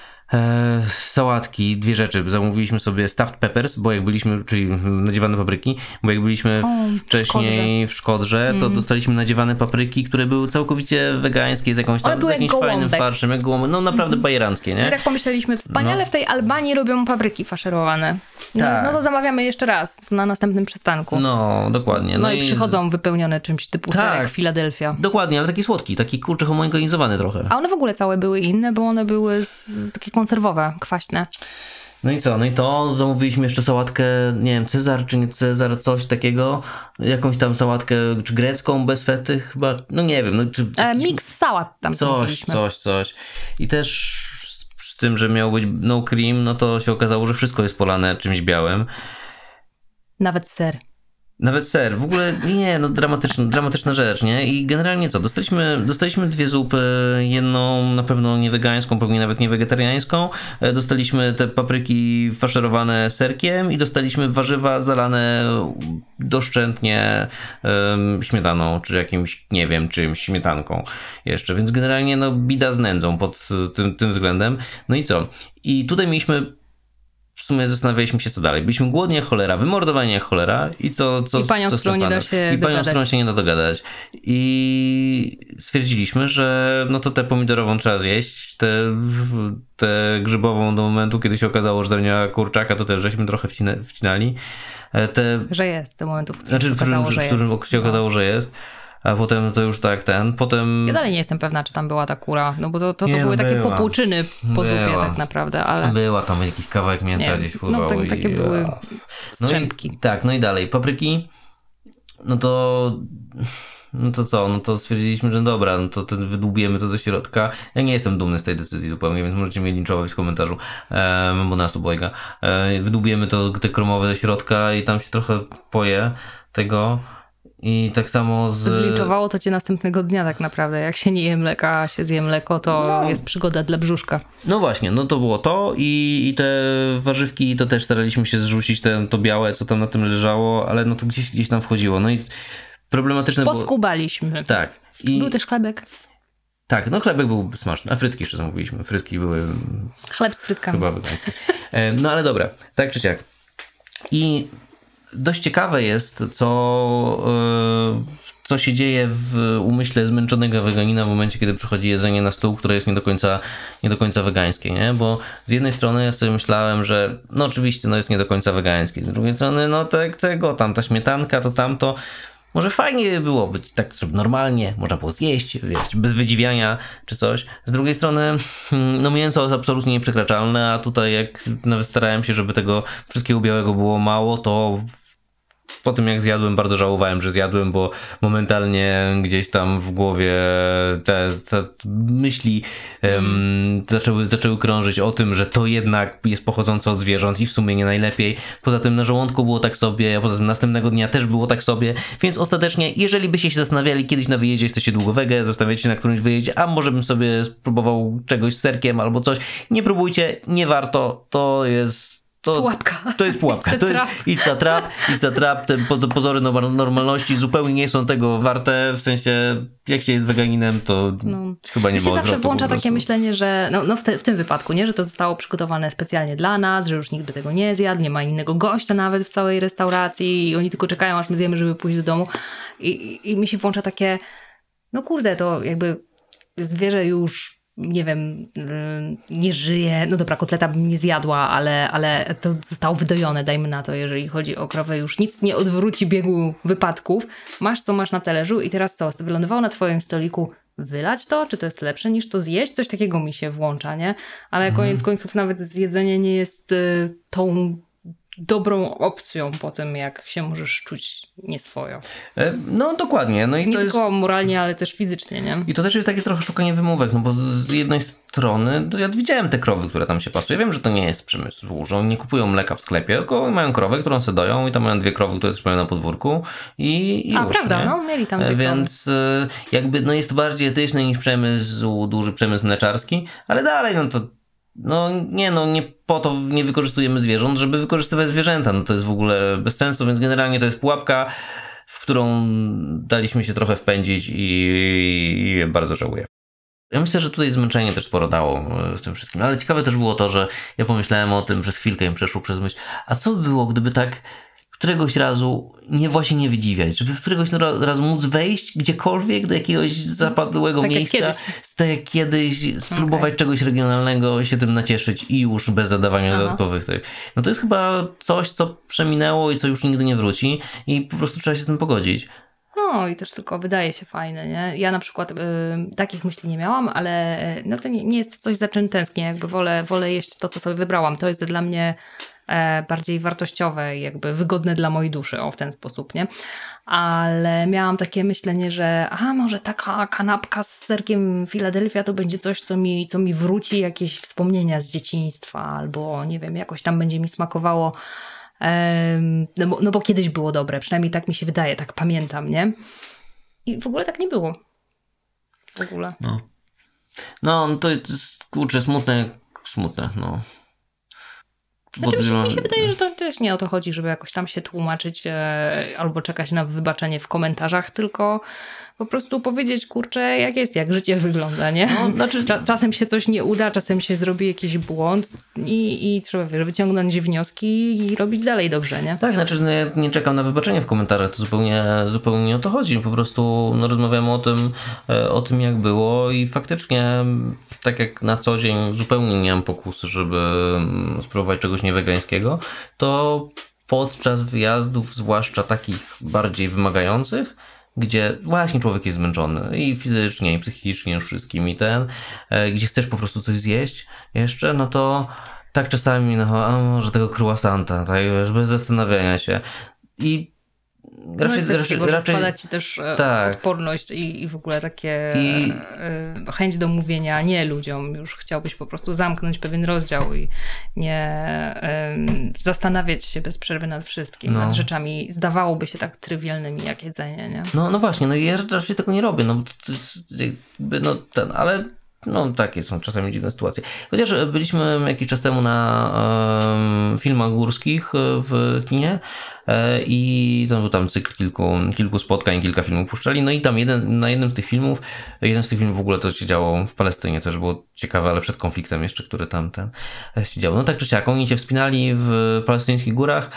E, sałatki, dwie rzeczy. Zamówiliśmy sobie stuffed peppers, bo jak byliśmy, czyli nadziewane papryki, bo jak byliśmy O, w wcześniej w Szkodrze, to dostaliśmy nadziewane papryki, które były całkowicie wegańskie, z jakąś One tam, z były jak jakimś fajnym gołąbek. farszem, jak gołąbek, no naprawdę bajeranckie, I nie? tak pomyśleliśmy, wspaniale No. w tej Albanii robią papryki faszerowane. No, Tak. no to zamawiamy jeszcze raz na następnym przystanku. No, No, dokładnie. No, i przychodzą wypełnione czymś typu Tak. serek Philadelphia. Dokładnie, ale taki słodki, taki kurczę homogenizowany trochę. A one w ogóle całe były inne, bo one były z, z takie konserwowe, kwaśne. No i co? No i to zamówiliśmy jeszcze sałatkę, nie wiem, Cezar czy nie Cezar, coś takiego. Jakąś tam sałatkę, czy grecką, bez fety chyba, no nie wiem. No, czy E, jakiś- mix sałat tam Coś, zrobiliśmy. coś, coś. I też z, z tym, że miał być no cream, no to się okazało, że wszystko jest polane czymś białym. Nawet ser. Nawet ser, w ogóle nie, no dramatyczna, dramatyczna rzecz, nie? I generalnie co, dostaliśmy, dostaliśmy dwie zupy, jedną na pewno nie wegańską, pewnie nawet nie wegetariańską, e, dostaliśmy te papryki faszerowane serkiem i dostaliśmy warzywa zalane doszczętnie em, śmietaną, czy jakimś, nie wiem, czymś, śmietanką jeszcze, więc generalnie no bida z nędzą pod tym, tym względem. No i co? I tutaj mieliśmy w sumie zastanawialiśmy się, co dalej. Byliśmy głodni jak cholera, wymordowani jak cholera i co, co I panią, co z którą nie da Stefanem? się I panią, z dogadać. którą się nie da dogadać. I stwierdziliśmy, że no to tę pomidorową trzeba zjeść, tę te grzybową do momentu, kiedy się okazało, że to nie ma kurczaka, to też żeśmy trochę wcina, wcinali. E, Te, Że jest, do momentu, w którym znaczy, się w którym, okazało, że w którym jest. się okazało, że jest. a potem to już tak ten, potem... Ja dalej nie jestem pewna, czy tam była ta kura, no bo to, to, to Nie, były no takie była. popłuczyny po zupie Była. tak naprawdę, ale... Była tam jakiś kawałek mięsa Nie, gdzieś no pływał. tak, takie i... były No strzępki. i, tak, no i dalej. Papryki, no to... No to co, no to stwierdziliśmy, że dobra, no to ten wydłubiemy to do środka. Ja nie jestem dumny z tej decyzji zupełnie, więc możecie mnie linczować w komentarzu, e, bo nas obojga. E, wydłubiemy to, te kromowe do środka i tam się trochę poje tego. I tak samo z... Zlinczowało to cię następnego dnia tak naprawdę. Jak się nie je mleka, a się zje mleko, to No. jest przygoda dla brzuszka. No właśnie, no to było to i, i te warzywki to też staraliśmy się zrzucić, te, to białe, co tam na tym leżało, ale no to gdzieś, gdzieś tam wchodziło. No i problematyczne było... Poskubaliśmy. Tak. I... Był też chlebek. Tak, no chlebek był smaczny, a frytki jeszcze zamówiliśmy. Frytki były Chleb z frytkami. chyba wegańskie. E, No ale dobra, tak czy siak. I dość ciekawe jest, co, e, co się dzieje w umyśle zmęczonego weganina w momencie, kiedy przychodzi jedzenie na stół, które jest nie do końca, nie do końca wegańskie, nie? Bo z jednej strony ja sobie myślałem, że no oczywiście no jest nie do końca wegańskie, z drugiej strony no te, tego, tam ta śmietanka, to tamto. Może fajnie by było być tak żeby normalnie, można było zjeść, wiesz, bez wydziwiania czy coś. Z drugiej strony, no mięso jest absolutnie nieprzekraczalne, a tutaj jak nawet starałem się, żeby tego wszystkiego białego było mało, to po tym jak zjadłem, bardzo żałowałem, że zjadłem, bo momentalnie gdzieś tam w głowie te, te myśli mm. um, zaczęły, zaczęły krążyć o tym, że to jednak jest pochodzące od zwierząt i w sumie nie najlepiej. Poza tym na żołądku było tak sobie, a poza tym następnego dnia też było tak sobie, więc ostatecznie, jeżeli byście się zastanawiali kiedyś na wyjeździe, jesteście długo wege, zastanawiacie się na którymś wyjeździe, a może bym sobie spróbował czegoś z serkiem albo coś, nie próbujcie, nie warto, to jest To, pułapka. To jest pułapka. To jest it's a trap, it's a trap. Te pozory normalności zupełnie nie są tego warte. W sensie, jak się jest weganinem, to no. chyba nie ma odwrotu. Zawsze włącza takie myślenie, że no, no w, te, w tym wypadku, nie, że to zostało przygotowane specjalnie dla nas, że już nikt by tego nie zjadł, nie ma innego gościa nawet w całej restauracji i oni tylko czekają, aż my zjemy, żeby pójść do domu. I, i, i mi się włącza takie, no kurde, to jakby zwierzę już nie wiem, nie żyje, no dobra, kotleta bym nie zjadła, ale, ale to zostało wydojone, dajmy na to, jeżeli chodzi o krowę, już nic nie odwróci biegu wypadków. Masz co masz na talerzu i teraz co, wylądowało na twoim stoliku, wylać to? Czy to jest lepsze niż to zjeść? Coś takiego mi się włącza, nie? Ale mhm. koniec końców nawet zjedzenie nie jest y, tą dobrą opcją po tym, jak się możesz czuć nieswojo. No dokładnie. No i nie to tylko jest... moralnie, ale też fizycznie, nie? I to też jest takie trochę szukanie wymówek, no bo z jednej strony to ja widziałem te krowy, które tam się pasują. Ja wiem, że to nie jest przemysł, że oni nie kupują mleka w sklepie, tylko mają krowę, którą se doją i tam mają dwie krowy, które też mają na podwórku i, i A, już, prawda, nie? no mieli tam dwie Więc krowy. Jakby no jest to bardziej etyczny niż przemysł, duży przemysł mleczarski, ale dalej no to no nie, no nie po to nie wykorzystujemy zwierząt, żeby wykorzystywać zwierzęta. No to jest w ogóle bez sensu, więc generalnie to jest pułapka, w którą daliśmy się trochę wpędzić i, i bardzo żałuję. Ja myślę, że tutaj zmęczenie też sporo dało z tym wszystkim, ale ciekawe też było to, że ja pomyślałem o tym przez chwilkę, mi przeszło przez myśl, a co by było, gdyby tak któregoś razu nie właśnie nie wydziwiać, żeby któregoś razu móc wejść gdziekolwiek do jakiegoś zapadłego tak miejsca, jak tak jak kiedyś, spróbować okay. czegoś regionalnego, się tym nacieszyć i już bez zadawania Aha. dodatkowych tych. No to jest chyba coś, co przeminęło i co już nigdy nie wróci i po prostu trzeba się z tym pogodzić. No i też tylko wydaje się fajne, nie? Ja na przykład y, takich myśli nie miałam, ale y, no to nie, nie jest coś, za czym tęsknię, jakby wolę, wolę jeść to, co sobie wybrałam. To jest dla mnie e, bardziej wartościowe, jakby wygodne dla mojej duszy, o w ten sposób, nie? Ale miałam takie myślenie, że a może taka kanapka z serkiem Philadelphia to będzie coś, co mi, co mi wróci jakieś wspomnienia z dzieciństwa, albo nie wiem, jakoś tam będzie mi smakowało. No bo, no bo kiedyś było dobre, przynajmniej tak mi się wydaje, tak pamiętam, nie? I w ogóle tak nie było. W ogóle. No, no to jest, kurczę, smutne, smutne, no. Znaczy mi się, mi się wydaje, że to też nie o to chodzi, żeby jakoś tam się tłumaczyć e, albo czekać na wybaczenie w komentarzach, tylko po prostu powiedzieć, kurczę, jak jest, jak życie wygląda, nie? No, znaczy... Cza- czasem się coś nie uda, czasem się zrobi jakiś błąd i, i trzeba wiesz, wyciągnąć wnioski i robić dalej dobrze, nie? Tak, znaczy no, ja nie czekam na wybaczenie w komentarzach, to zupełnie, zupełnie nie o to chodzi. Po prostu no, rozmawiamy o tym, o tym, jak było i faktycznie tak jak na co dzień zupełnie nie mam pokusy, żeby spróbować czegoś niewegańskiego, to podczas wyjazdów, zwłaszcza takich bardziej wymagających, gdzie właśnie człowiek jest zmęczony i fizycznie, i psychicznie, już wszystkim i ten, gdzie chcesz po prostu coś zjeść jeszcze, no to tak czasami, no a może tego croissanta, tak, wiesz, bez zastanawiania się. I raczej, no raczej, takiego, raczej spada ci też tak. odporność i, i w ogóle takie I... chęć do mówienia nie ludziom. Już chciałbyś po prostu zamknąć pewien rozdział i nie um, zastanawiać się bez przerwy nad wszystkim, no. nad rzeczami zdawałoby się tak trywialnymi jak jedzenie, nie? No, no właśnie, no i ja raczej tego nie robię, no, to jest jakby, no ten, ale no takie są czasami dziwne sytuacje. Chociaż byliśmy jakiś czas temu na um, filmach górskich w kinie i to był tam cykl kilku, kilku spotkań, kilka filmów puszczali, no i tam jeden, na jednym z tych filmów, jeden z tych filmów w ogóle to się działo w Palestynie, też było ciekawe, ale przed konfliktem jeszcze, który tam ten się działo. No tak czy siak, oni się wspinali w palestyńskich górach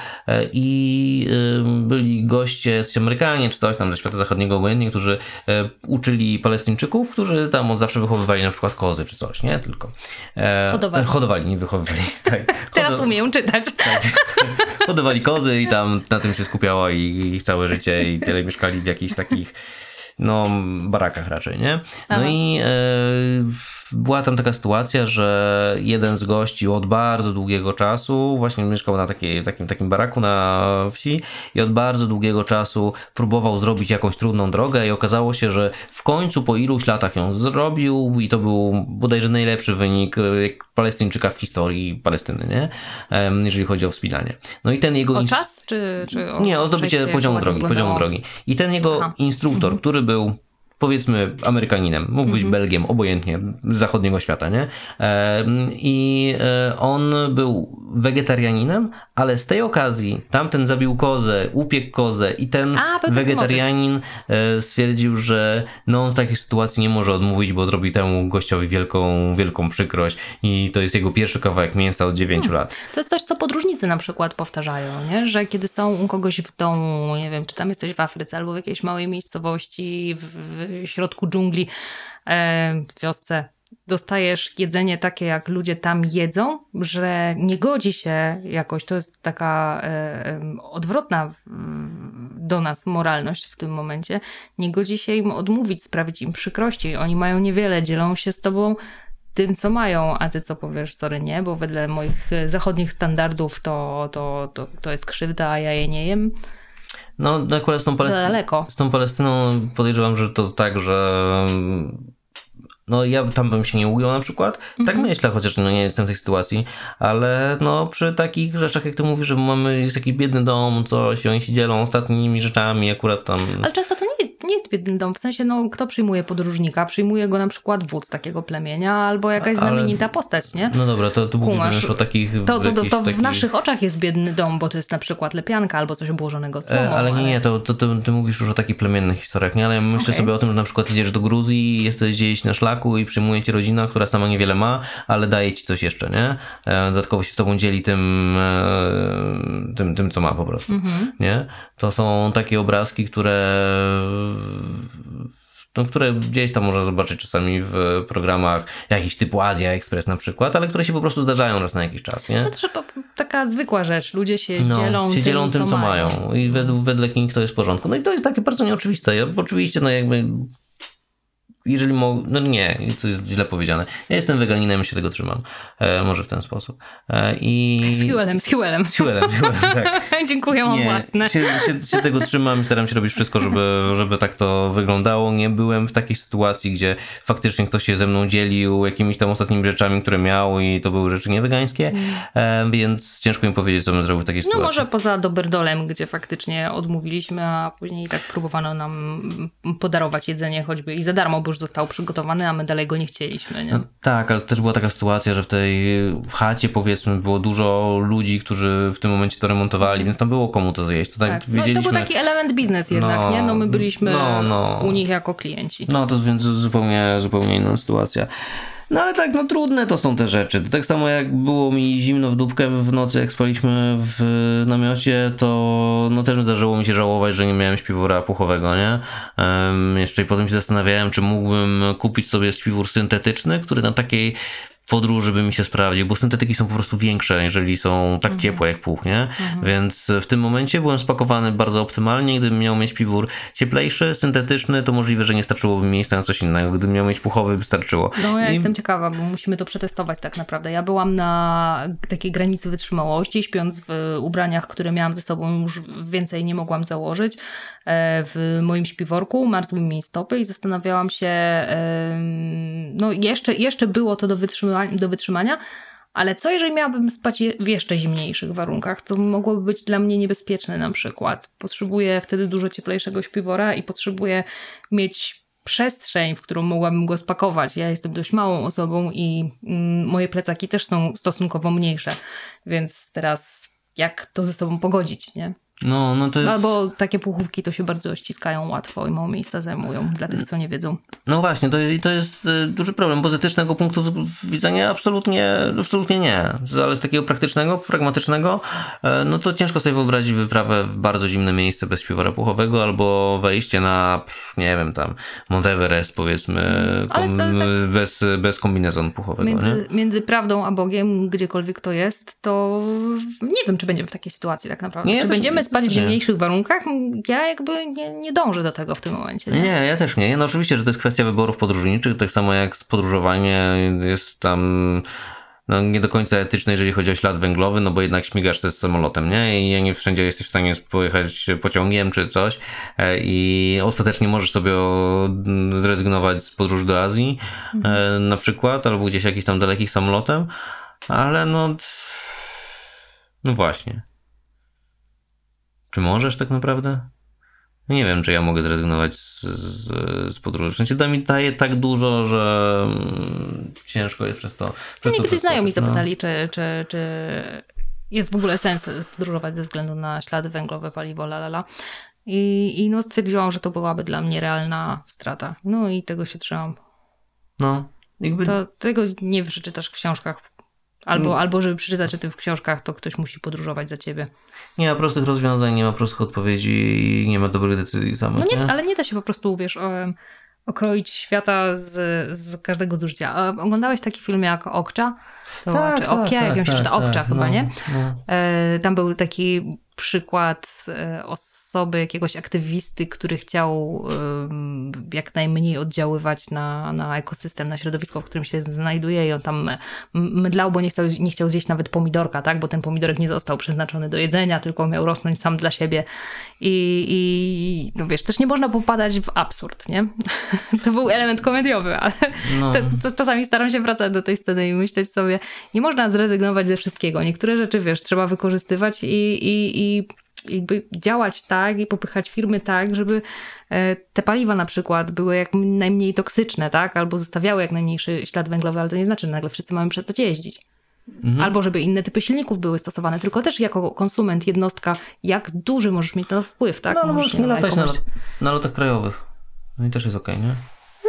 i byli goście, coś Amerykanie czy coś tam ze świata zachodniego obojętnie, którzy uczyli Palestyńczyków, którzy tam od zawsze wychowywali na przykład kozy czy coś, nie? Tylko hodowali. Hodowali, nie wychowywali. Tak. Teraz umieją czytać. Tak. Hodowali kozy i tam na tym się skupiało i ich całe życie i tyle mieszkali w jakichś takich no barakach raczej, nie? No Aha. i e, była tam taka sytuacja, że jeden z gości od bardzo długiego czasu właśnie mieszkał na takiej, takim, takim baraku na wsi i od bardzo długiego czasu próbował zrobić jakąś trudną drogę i okazało się, że w końcu po iluś latach ją zrobił i to był bodajże najlepszy wynik Palestyńczyka w historii Palestyny, nie? Jeżeli chodzi o wspinanie. No i ten jego... O czas? Czy, czy o Nie, o zdobycie poziomu drogi, poziomu drogi. I ten jego Aha. instruktor, mhm. który był powiedzmy Amerykaninem, mógł być mm-hmm. Belgiem, obojętnie, z zachodniego świata, nie? E, I e, on był wegetarianinem, ale z tej okazji tamten zabił kozę, upiekł kozę i ten A, wegetarianin e, stwierdził, że no on w takiej sytuacji nie może odmówić, bo zrobi temu gościowi wielką, wielką przykrość i to jest jego pierwszy kawałek mięsa od dziewięciu hmm. lat. To jest coś, co podróżnicy na przykład powtarzają, nie? Że kiedy są u kogoś w domu, nie wiem, czy tam jesteś w Afryce albo w jakiejś małej miejscowości, w, w środku dżungli, e, w wiosce, dostajesz jedzenie takie, jak ludzie tam jedzą, że nie godzi się jakoś, to jest taka e, odwrotna do nas moralność w tym momencie, nie godzi się im odmówić, sprawić im przykrości. Oni mają niewiele, dzielą się z tobą tym, co mają, a ty co powiesz, sorry, nie, bo wedle moich zachodnich standardów to, to, to, to jest krzywda, a ja je nie jem. No akurat z tą, Palesty- z tą Palestyną podejrzewam, że to tak, że no ja tam bym się nie ugiął na przykład, mm-hmm. tak myślę, chociaż no nie jestem w tej sytuacji, ale no przy takich rzeczach, jak ty mówisz, że mamy jest taki biedny dom, coś i oni się dzielą ostatnimi rzeczami, akurat tam... Ale często to nie jest, nie jest biedny dom, w sensie no kto przyjmuje podróżnika? Przyjmuje go na przykład wódz takiego plemienia albo jakaś ale... znamienita postać, nie? No dobra, to, to mówimy już o takich... To, to, to, to w takich... naszych oczach jest biedny dom, bo to jest na przykład lepianka albo coś obłożonego słomą. E, ale nie, nie, to, to, to ty mówisz już o takich plemiennych historiach, nie? Ale ja myślę okay. sobie o tym, że na przykład idziesz do Gruzji, jesteś gdzieś na szlaku i przyjmuje cię rodzina, która sama niewiele ma, ale daje ci coś jeszcze, nie? Dodatkowo się z tobą dzieli tym, tym, tym co ma po prostu, mm-hmm. nie? To są takie obrazki, które no, które gdzieś tam można zobaczyć czasami w programach jakichś typu Azja Express na przykład, ale które się po prostu zdarzają raz na jakiś czas, nie? No to trzeba, taka zwykła rzecz, ludzie się no, dzielą się tym, dzielą tym, co, co mają. mają i według, wedle nich to jest w porządku. No i to jest takie bardzo nieoczywiste. Ja, oczywiście, no jakby jeżeli mogę, no nie, to jest źle powiedziane. Ja jestem weganinem i się tego trzymam. E, może w ten sposób. E, i... Z Huelem, z Huelem. Z Huelem, z Huelem, tak. Dziękuję, mam własne. Się, się, się tego trzymam i staram się robić wszystko, żeby, żeby tak to wyglądało. Nie byłem w takiej sytuacji, gdzie faktycznie ktoś się ze mną dzielił jakimiś tam ostatnimi rzeczami, które miał i to były rzeczy niewegańskie, mm. e, więc ciężko mi powiedzieć, co bym zrobił w takiej sytuacji. No może poza Doberdolem, gdzie faktycznie odmówiliśmy, a później tak próbowano nam podarować jedzenie choćby i za darmo, bo już został przygotowany, a my dalej go nie chcieliśmy. Nie? No, tak, ale też była taka sytuacja, że w tej w chacie powiedzmy było dużo ludzi, którzy w tym momencie to remontowali, więc tam było komu to zjeść. To tak, tak. No i to był taki element biznes jednak, no, nie? No my byliśmy no, no. u nich jako klienci. No to więc zupełnie, zupełnie inna sytuacja. No ale tak, no trudne to są te rzeczy. To tak samo jak było mi zimno w dupkę w nocy, jak spaliśmy w namiocie, to no też zdarzyło mi się żałować, że nie miałem śpiwora puchowego, nie? Um, jeszcze i potem się zastanawiałem, czy mógłbym kupić sobie śpiwór syntetyczny, który na takiej podróży by mi się sprawdził, bo syntetyki są po prostu większe, jeżeli są tak Mhm. ciepłe jak puch, nie? Mhm. Więc w tym momencie byłem spakowany bardzo optymalnie. Gdybym miał mieć piwór cieplejszy, syntetyczny, to możliwe, że nie starczyłoby miejsca na coś innego. Gdybym miał mieć puchowy, by starczyło. No ja I... jestem ciekawa, bo musimy to przetestować tak naprawdę. Ja byłam na takiej granicy wytrzymałości, śpiąc w ubraniach, które miałam ze sobą, już więcej nie mogłam założyć. W moim śpiworku marzły mi stopy i zastanawiałam się, no jeszcze, jeszcze było to do wytrzymania, do wytrzymania, ale co jeżeli miałabym spać w jeszcze zimniejszych warunkach? To mogłoby być dla mnie niebezpieczne na przykład. Potrzebuję wtedy dużo cieplejszego śpiwora i potrzebuję mieć przestrzeń, w którą mogłabym go spakować. Ja jestem dość małą osobą i mm, moje plecaki też są stosunkowo mniejsze, więc teraz jak to ze sobą pogodzić, nie? No, no to jest... Albo takie puchówki to się bardzo ściskają łatwo i mało miejsca zajmują, dla tych, co nie wiedzą. No właśnie, to jest, to jest duży problem, bo z etycznego punktu widzenia absolutnie, absolutnie nie. Ale z takiego praktycznego, pragmatycznego, no to ciężko sobie wyobrazić wyprawę w bardzo zimne miejsce bez śpiwora puchowego albo wejście na, nie wiem, tam Mount Everest, powiedzmy, Ale to, kom, tak bez, bez kombinezonu puchowego. między, nie? między prawdą a Bogiem, gdziekolwiek to jest, to nie wiem, czy będziemy w takiej sytuacji tak naprawdę. Nie, czy też będziemy nie, spać w nie. zimniejszych warunkach? Ja jakby nie, nie dążę do tego w tym momencie. Nie? Nie, ja też nie. No oczywiście, że to jest kwestia wyborów podróżniczych, tak samo jak podróżowanie jest tam no, nie do końca etyczne, jeżeli chodzi o ślad węglowy, no bo jednak śmigasz też samolotem, nie? I nie wszędzie jesteś w stanie pojechać pociągiem czy coś i ostatecznie możesz sobie zrezygnować z podróży do Azji mhm. na przykład, albo gdzieś jakiś tam dalekich samolotem, ale no no właśnie. Czy możesz tak naprawdę? Nie wiem, czy ja mogę zrezygnować z, z, z podróży. W sensie to mi daje tak dużo, że ciężko jest przez to. Przez Mnie to kiedyś znajomi no. zapytali, czy, czy, czy jest w ogóle sens podróżować ze względu na ślady węglowe, paliwo, lalala. I, i no stwierdziłam, że to byłaby dla mnie realna strata. No i tego się trzymam. No, jakby... To tego nie przeczytasz w książkach. Albo, hmm. albo żeby przeczytać o tym w książkach, to ktoś musi podróżować za ciebie. Nie ma prostych rozwiązań, nie ma prostych odpowiedzi i nie ma dobrych decyzji samych. No nie, nie? Ale nie da się po prostu, wiesz, okroić świata z, z każdego zużycia. Oglądałeś taki film jak Okcza? To tak, czy tak, Okia, tak, jak ją się tak, czyta? tak, Okcza chyba, no, nie? No. E, tam był taki przykład osoby, jakiegoś aktywisty, który chciał um, jak najmniej oddziaływać na, na ekosystem, na środowisko, w którym się znajduje i on tam mydlał, bo nie chciał, nie chciał zjeść nawet pomidorka, tak? Bo ten pomidorek nie został przeznaczony do jedzenia, tylko miał rosnąć sam dla siebie i, i no wiesz, też nie można popadać w absurd, nie? To był element komediowy, ale no. to, to czasami staram się wracać do tej sceny i myśleć sobie, nie można zrezygnować ze wszystkiego. Niektóre rzeczy, wiesz, trzeba wykorzystywać i, i, i jakby działać tak i popychać firmy tak, żeby te paliwa na przykład były jak najmniej toksyczne, tak? Albo zostawiały jak najmniejszy ślad węglowy, ale to nie znaczy, że nagle wszyscy mamy przestać jeździć. Mhm. Albo żeby inne typy silników były stosowane, tylko też jako konsument, jednostka, jak duży możesz mieć na to wpływ, tak? No, ale możesz możesz nie latać na, komuś... na lotach krajowych. No i też jest okej, nie?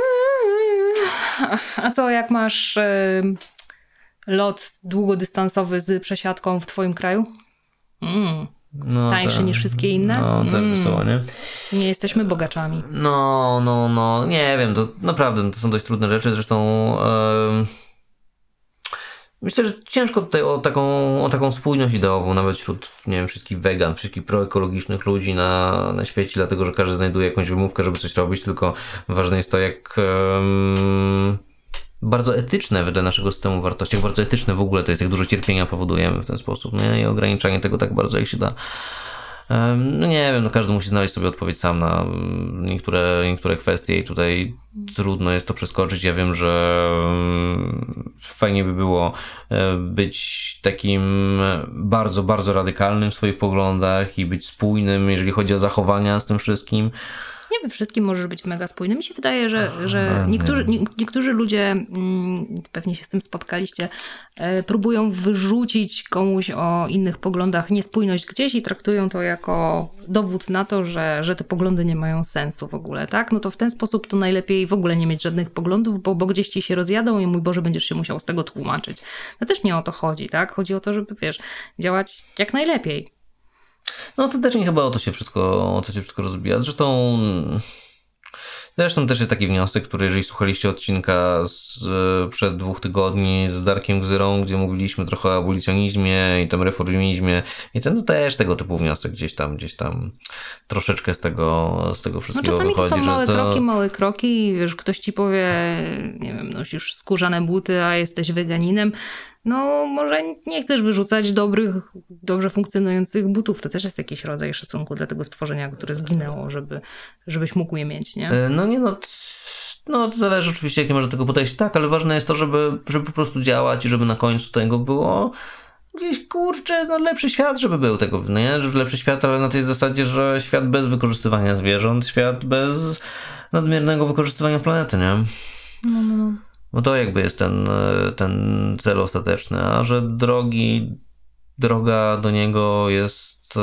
A co, jak masz y, lot długodystansowy z przesiadką w twoim kraju? Mm. No, Tańszy tak. niż wszystkie inne? No, tak mm. wesoło, nie? Nie jesteśmy bogaczami. No, no, no, nie wiem, to naprawdę to są dość trudne rzeczy, zresztą yy, myślę, że ciężko tutaj o taką, o taką spójność ideową, nawet wśród, nie wiem, wszystkich wegan, wszystkich proekologicznych ludzi na, na świecie, dlatego, że każdy znajduje jakąś wymówkę, żeby coś robić, tylko ważne jest to, jak yy, bardzo etyczne wedle naszego systemu wartości, jak bardzo etyczne w ogóle to jest, jak dużo cierpienia powodujemy w ten sposób, nie? I ograniczanie tego tak bardzo, jak się da. No nie wiem, no każdy musi znaleźć sobie odpowiedź sam na niektóre, niektóre kwestie i tutaj trudno jest to przeskoczyć. Ja wiem, że fajnie by było być takim bardzo, bardzo radykalnym w swoich poglądach i być spójnym, jeżeli chodzi o zachowania z tym wszystkim. Nie we wszystkim możesz być mega spójny. Mi się wydaje, że, że niektórzy, nie, niektórzy ludzie, pewnie się z tym spotkaliście, próbują wyrzucić komuś o innych poglądach niespójność gdzieś i traktują to jako dowód na to, że, że te poglądy nie mają sensu w ogóle, tak? No to w ten sposób to najlepiej w ogóle nie mieć żadnych poglądów, bo, bo gdzieś ci się rozjadą i mój Boże, będziesz się musiał z tego tłumaczyć. No też nie o to chodzi, tak? Chodzi o to, żeby, wiesz, działać jak najlepiej. No ostatecznie chyba o to się wszystko, o to się wszystko rozbija. Zresztą Zresztą też jest taki wniosek, który jeżeli słuchaliście odcinka z, przed dwóch tygodni z Darkiem Gzyrą, gdzie mówiliśmy trochę o abolicjonizmie i tam reformizmie i ten, to też tego typu wniosek gdzieś tam, gdzieś tam troszeczkę z tego, z tego wszystkiego no czasami wychodzi. to są małe że to... kroki, małe kroki i wiesz, ktoś ci powie, nie wiem, nosisz skórzane buty, a jesteś weganinem. No może nie chcesz wyrzucać dobrych, dobrze funkcjonujących butów. To też jest jakiś rodzaj szacunku dla tego stworzenia, które zginęło, żeby, żebyś mógł je mieć, nie? No nie no... No to zależy oczywiście, jakie masz do tego podejście. Tak, ale ważne jest to, żeby, żeby po prostu działać i żeby na końcu tego było gdzieś, kurczę, no lepszy świat, żeby był tego, nie? Że lepszy świat, ale na tej zasadzie, że świat bez wykorzystywania zwierząt, świat bez nadmiernego wykorzystywania planety, nie? No, no, no. No to jakby jest ten, ten cel ostateczny, a że drogi, droga do niego jest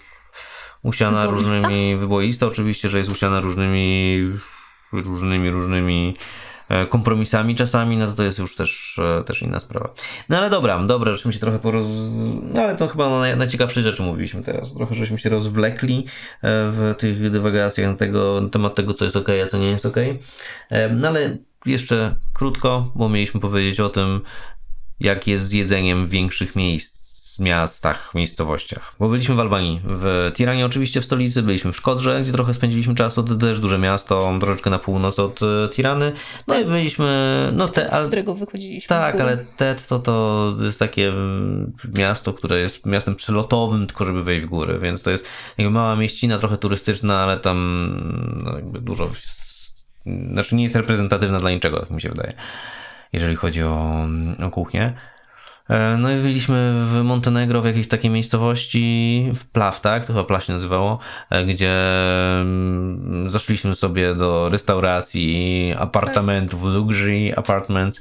usiana Wyboista? różnymi, wyboista oczywiście, że jest usiana różnymi, różnymi, różnymi kompromisami czasami, no to to jest już też, też inna sprawa. No ale dobra, dobra, żeśmy się trochę poroz... No ale to chyba o najciekawszej rzeczy mówiliśmy teraz. Trochę żeśmy się rozwlekli w tych dywagacjach na, tego, na temat tego, co jest okej, a co nie jest okej. No ale jeszcze krótko, bo mieliśmy powiedzieć o tym, jak jest z jedzeniem w większych miejsc, miastach, miejscowościach. Bo byliśmy w Albanii, w Tiranie oczywiście, w stolicy, byliśmy w Szkodrze, gdzie trochę spędziliśmy czasu, to też duże miasto, troszeczkę na północ od Tirany. No Tet. I byliśmy... No, te, z którego wychodziliśmy. Tak, ale Tet to, to jest takie miasto, które jest miastem przelotowym, tylko żeby wejść w góry, więc to jest jakby mała mieścina, trochę turystyczna, ale tam no, jakby dużo... Znaczy nie jest reprezentatywna dla niczego, tak mi się wydaje, jeżeli chodzi o, o kuchnię. No i byliśmy w Montenegro, w jakiejś takiej miejscowości, w Plav, tak? To chyba Plav się nazywało, gdzie zaszliśmy sobie do restauracji, apartamentów, luxury apartments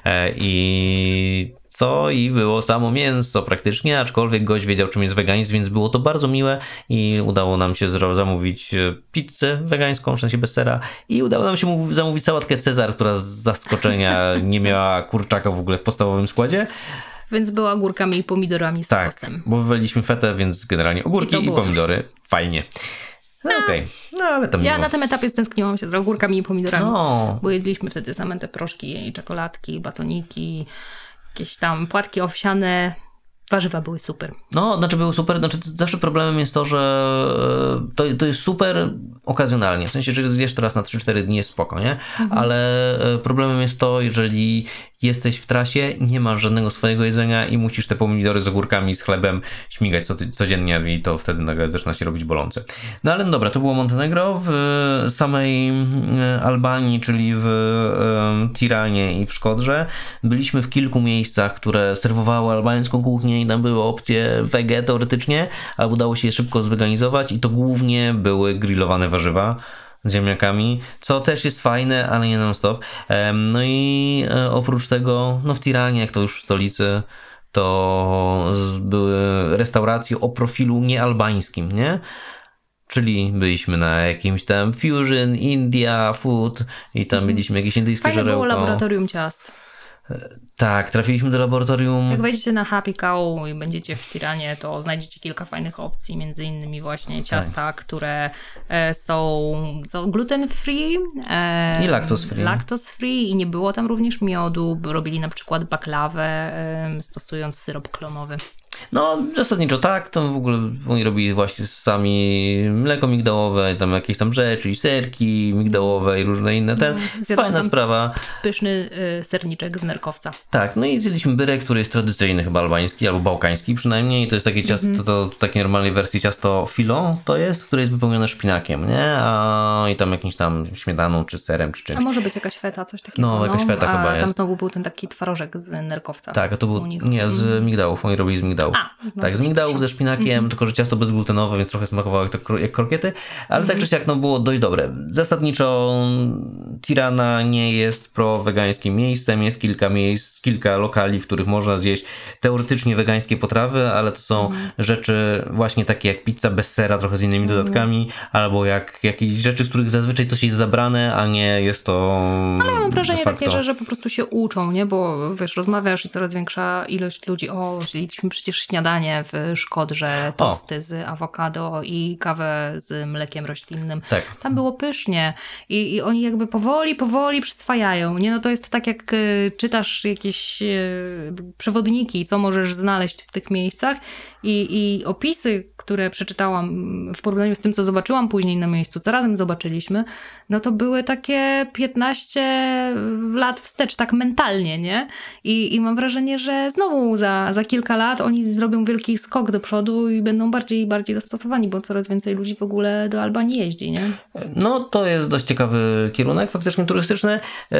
i co? I było samo mięso praktycznie, aczkolwiek gość wiedział, czym jest weganizm, więc było to bardzo miłe i udało nam się zamówić pizzę wegańską, w sensie bez sera, i udało nam się zamówić sałatkę Cezar, która z zaskoczenia nie miała kurczaka w ogóle w podstawowym składzie. Więc była ogórkami i pomidorami z tak, sosem. Bo wywaliliśmy fetę, więc generalnie ogórki i, i pomidory. Fajnie. No, no okej, okay. No ale tam Ja nie na tym etapie stęskniłam się z ogórkami i pomidorami, no. Bo jedliśmy wtedy same te proszki i czekoladki, batoniki, jakieś tam płatki owsiane. Warzywa były super. No, znaczy były super, znaczy zawsze problemem jest to, że to, to jest super okazjonalnie, w sensie, że zjesz teraz na trzy cztery dni jest spoko, nie? Mhm. Ale problemem jest to, jeżeli jesteś w trasie, nie masz żadnego swojego jedzenia i musisz te pomidory z ogórkami, z chlebem śmigać co, codziennie i to wtedy nagle zaczyna się robić bolące. No ale no dobra, to było Montenegro. W samej Albanii, czyli w um, Tiranie i w Szkodrze byliśmy w kilku miejscach, które serwowały albańską kuchnię i tam były opcje wege teoretycznie, ale udało się je szybko zweganizować i to głównie były grillowane warzywa z ziemniakami, co też jest fajne, ale nie non-stop. No i oprócz tego, no w Tiranie, jak to już w stolicy, to były restauracje o profilu niealbańskim, nie? Czyli byliśmy na jakimś tam fusion, India, food i tam mieliśmy jakieś indyjskie Fajne żarełko. Fajne było laboratorium ciast. Tak, trafiliśmy do laboratorium. Jak wejdziecie na Happy Cow i będziecie w Tiranie, to znajdziecie kilka fajnych opcji, między innymi właśnie ciasta, tak. które są gluten free e, i lactose free. lactose free i nie było tam również miodu. Robili na przykład baklawę e, stosując syrop klonowy. No, zasadniczo tak, to w ogóle oni robili właśnie sami mleko migdałowe, tam jakieś tam rzeczy, i serki migdałowe i różne inne, ten, no, fajna sprawa. Pyszny y, serniczek z nerkowca. Tak, no i zjedliśmy byrek, który jest tradycyjny chyba albański, albo bałkański przynajmniej, to jest takie ciasto, mm-hmm. to w takiej normalnej wersji ciasto filo to jest, które jest wypełnione szpinakiem, nie? A i tam jakimś tam śmietaną, czy serem, czy czymś. A może być jakaś feta, coś takiego. No, jakaś feta a chyba jest. Tam znowu był ten taki twarożek z nerkowca. Tak, a to był, nie, z migdałów, oni robili z migdałów. A, no tak, z migdałów ze szpinakiem, mm-hmm. tylko że ciasto bezglutenowe, więc trochę smakowało jak, to, jak krokiety, ale mm-hmm. tak czy siak no, było dość dobre. Zasadniczo Tirana nie jest pro-wegańskim miejscem, jest kilka miejsc, kilka lokali, w których można zjeść teoretycznie wegańskie potrawy, ale to są mm-hmm. rzeczy właśnie takie jak pizza bez sera, trochę z innymi mm-hmm. dodatkami, albo jak jakieś rzeczy, z których zazwyczaj coś jest zabrane, a nie jest to. Ale ja mam wrażenie takie, że, że po prostu się uczą, nie? Bo wiesz, rozmawiasz i coraz większa ilość ludzi, o, jedliśmy przecież kupujesz śniadanie w Szkodrze, tosty o. z awokado i kawę z mlekiem roślinnym. Tak. Tam było pysznie i, i oni jakby powoli, powoli przyswajają. Nie? No to jest tak, jak y, czytasz jakieś y, przewodniki, co możesz znaleźć w tych miejscach i, i opisy, które przeczytałam w porównaniu z tym, co zobaczyłam później na miejscu, co razem zobaczyliśmy, no to były takie piętnaście lat wstecz, tak mentalnie, nie? I, i mam wrażenie, że znowu za, za kilka lat oni zrobią wielki skok do przodu i będą bardziej i bardziej dostosowani, bo coraz więcej ludzi w ogóle do Albanii jeździ, nie? No to jest dość ciekawy kierunek faktycznie turystyczny.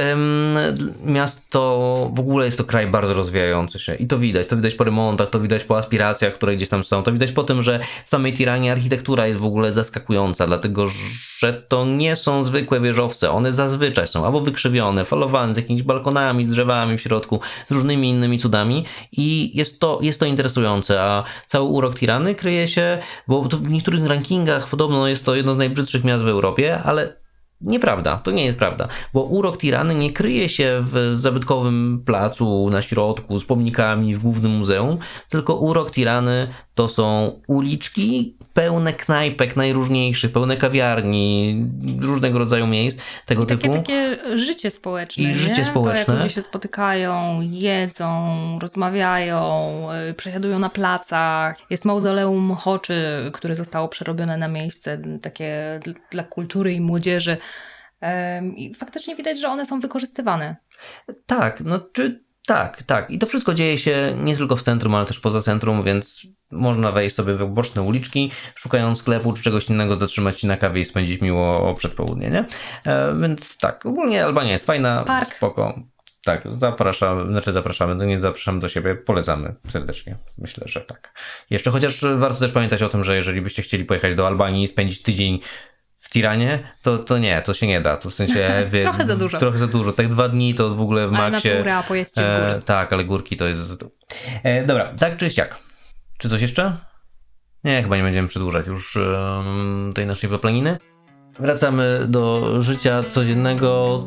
Miasto, w ogóle jest to kraj bardzo rozwijający się i to widać. To widać po remontach, to widać po aspiracjach, które gdzieś tam są. To widać po tym, że w samej Tiranie architektura jest w ogóle zaskakująca, dlatego że to nie są zwykłe wieżowce. One zazwyczaj są albo wykrzywione, falowane, z jakimiś balkonami, z drzewami w środku, z różnymi innymi cudami i jest to, jest to interesujące, a cały urok Tirany kryje się, bo to w niektórych rankingach podobno jest to jedno z najbrzydszych miast w Europie, ale nieprawda, to nie jest prawda, bo urok Tirany nie kryje się w zabytkowym placu na środku z pomnikami w głównym muzeum, tylko urok Tirany to są uliczki pełne knajpek najróżniejszych, pełne kawiarni, różnego rodzaju miejsc tego I takie, typu. takie życie społeczne. I nie? życie społeczne. To jak ludzie się spotykają, jedzą, rozmawiają, yy, przesiadują na placach. Jest mauzoleum Hoczy, które zostało przerobione na miejsce takie dla kultury i młodzieży. Yy, I faktycznie widać, że one są wykorzystywane. Tak, no czy tak, tak. I to wszystko dzieje się nie tylko w centrum, ale też poza centrum, więc można wejść sobie w boczne uliczki, szukając sklepu czy czegoś innego, zatrzymać się na kawie i spędzić miło przedpołudnie, nie? E, więc tak, ogólnie Albania jest fajna, Park. spoko. Tak, zapraszam, znaczy zapraszamy, to nie zapraszamy do siebie, polecamy serdecznie. Myślę, że tak. Jeszcze chociaż warto też pamiętać o tym, że jeżeli byście chcieli pojechać do Albanii i spędzić tydzień w Tiranie, to, to nie, to się nie da. To w sensie wie, trochę za dużo. Trochę za dużo. Tak dwa dni to w ogóle w ale maksie. natura, pojeźdźcie w góry. E, tak, ale górki to jest... E, dobra, tak czy siak. Czy coś jeszcze? Nie, chyba nie będziemy przedłużać już um, tej naszej poplaniny. Wracamy do życia codziennego,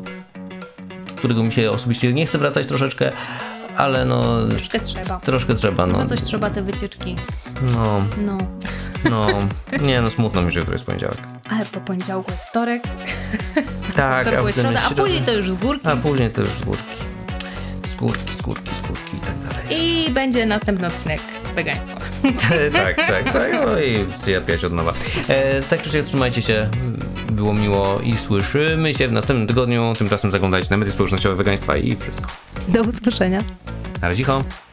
do którego mi się osobiście nie chce wracać troszeczkę, ale no... Troszkę trzeba. Troszkę trzeba, no. Za coś trzeba te wycieczki. No. No. No. Nie, no smutno mi, że jutro jest poniedziałek. Ale po poniedziałku jest wtorek. Tak, a, a, środa, a później to już z górki. A później to już z górki. Z górki, z górki, z górki i tak dalej. I będzie następny odcinek wegaństwa. tak, tak, tak. No i zjawiać od nowa. E, tak czy siak trzymajcie się. Było miło i słyszymy się w następnym tygodniu. Tymczasem zaglądajcie na media społecznościowe wegaństwa i wszystko. Do usłyszenia. Na razie.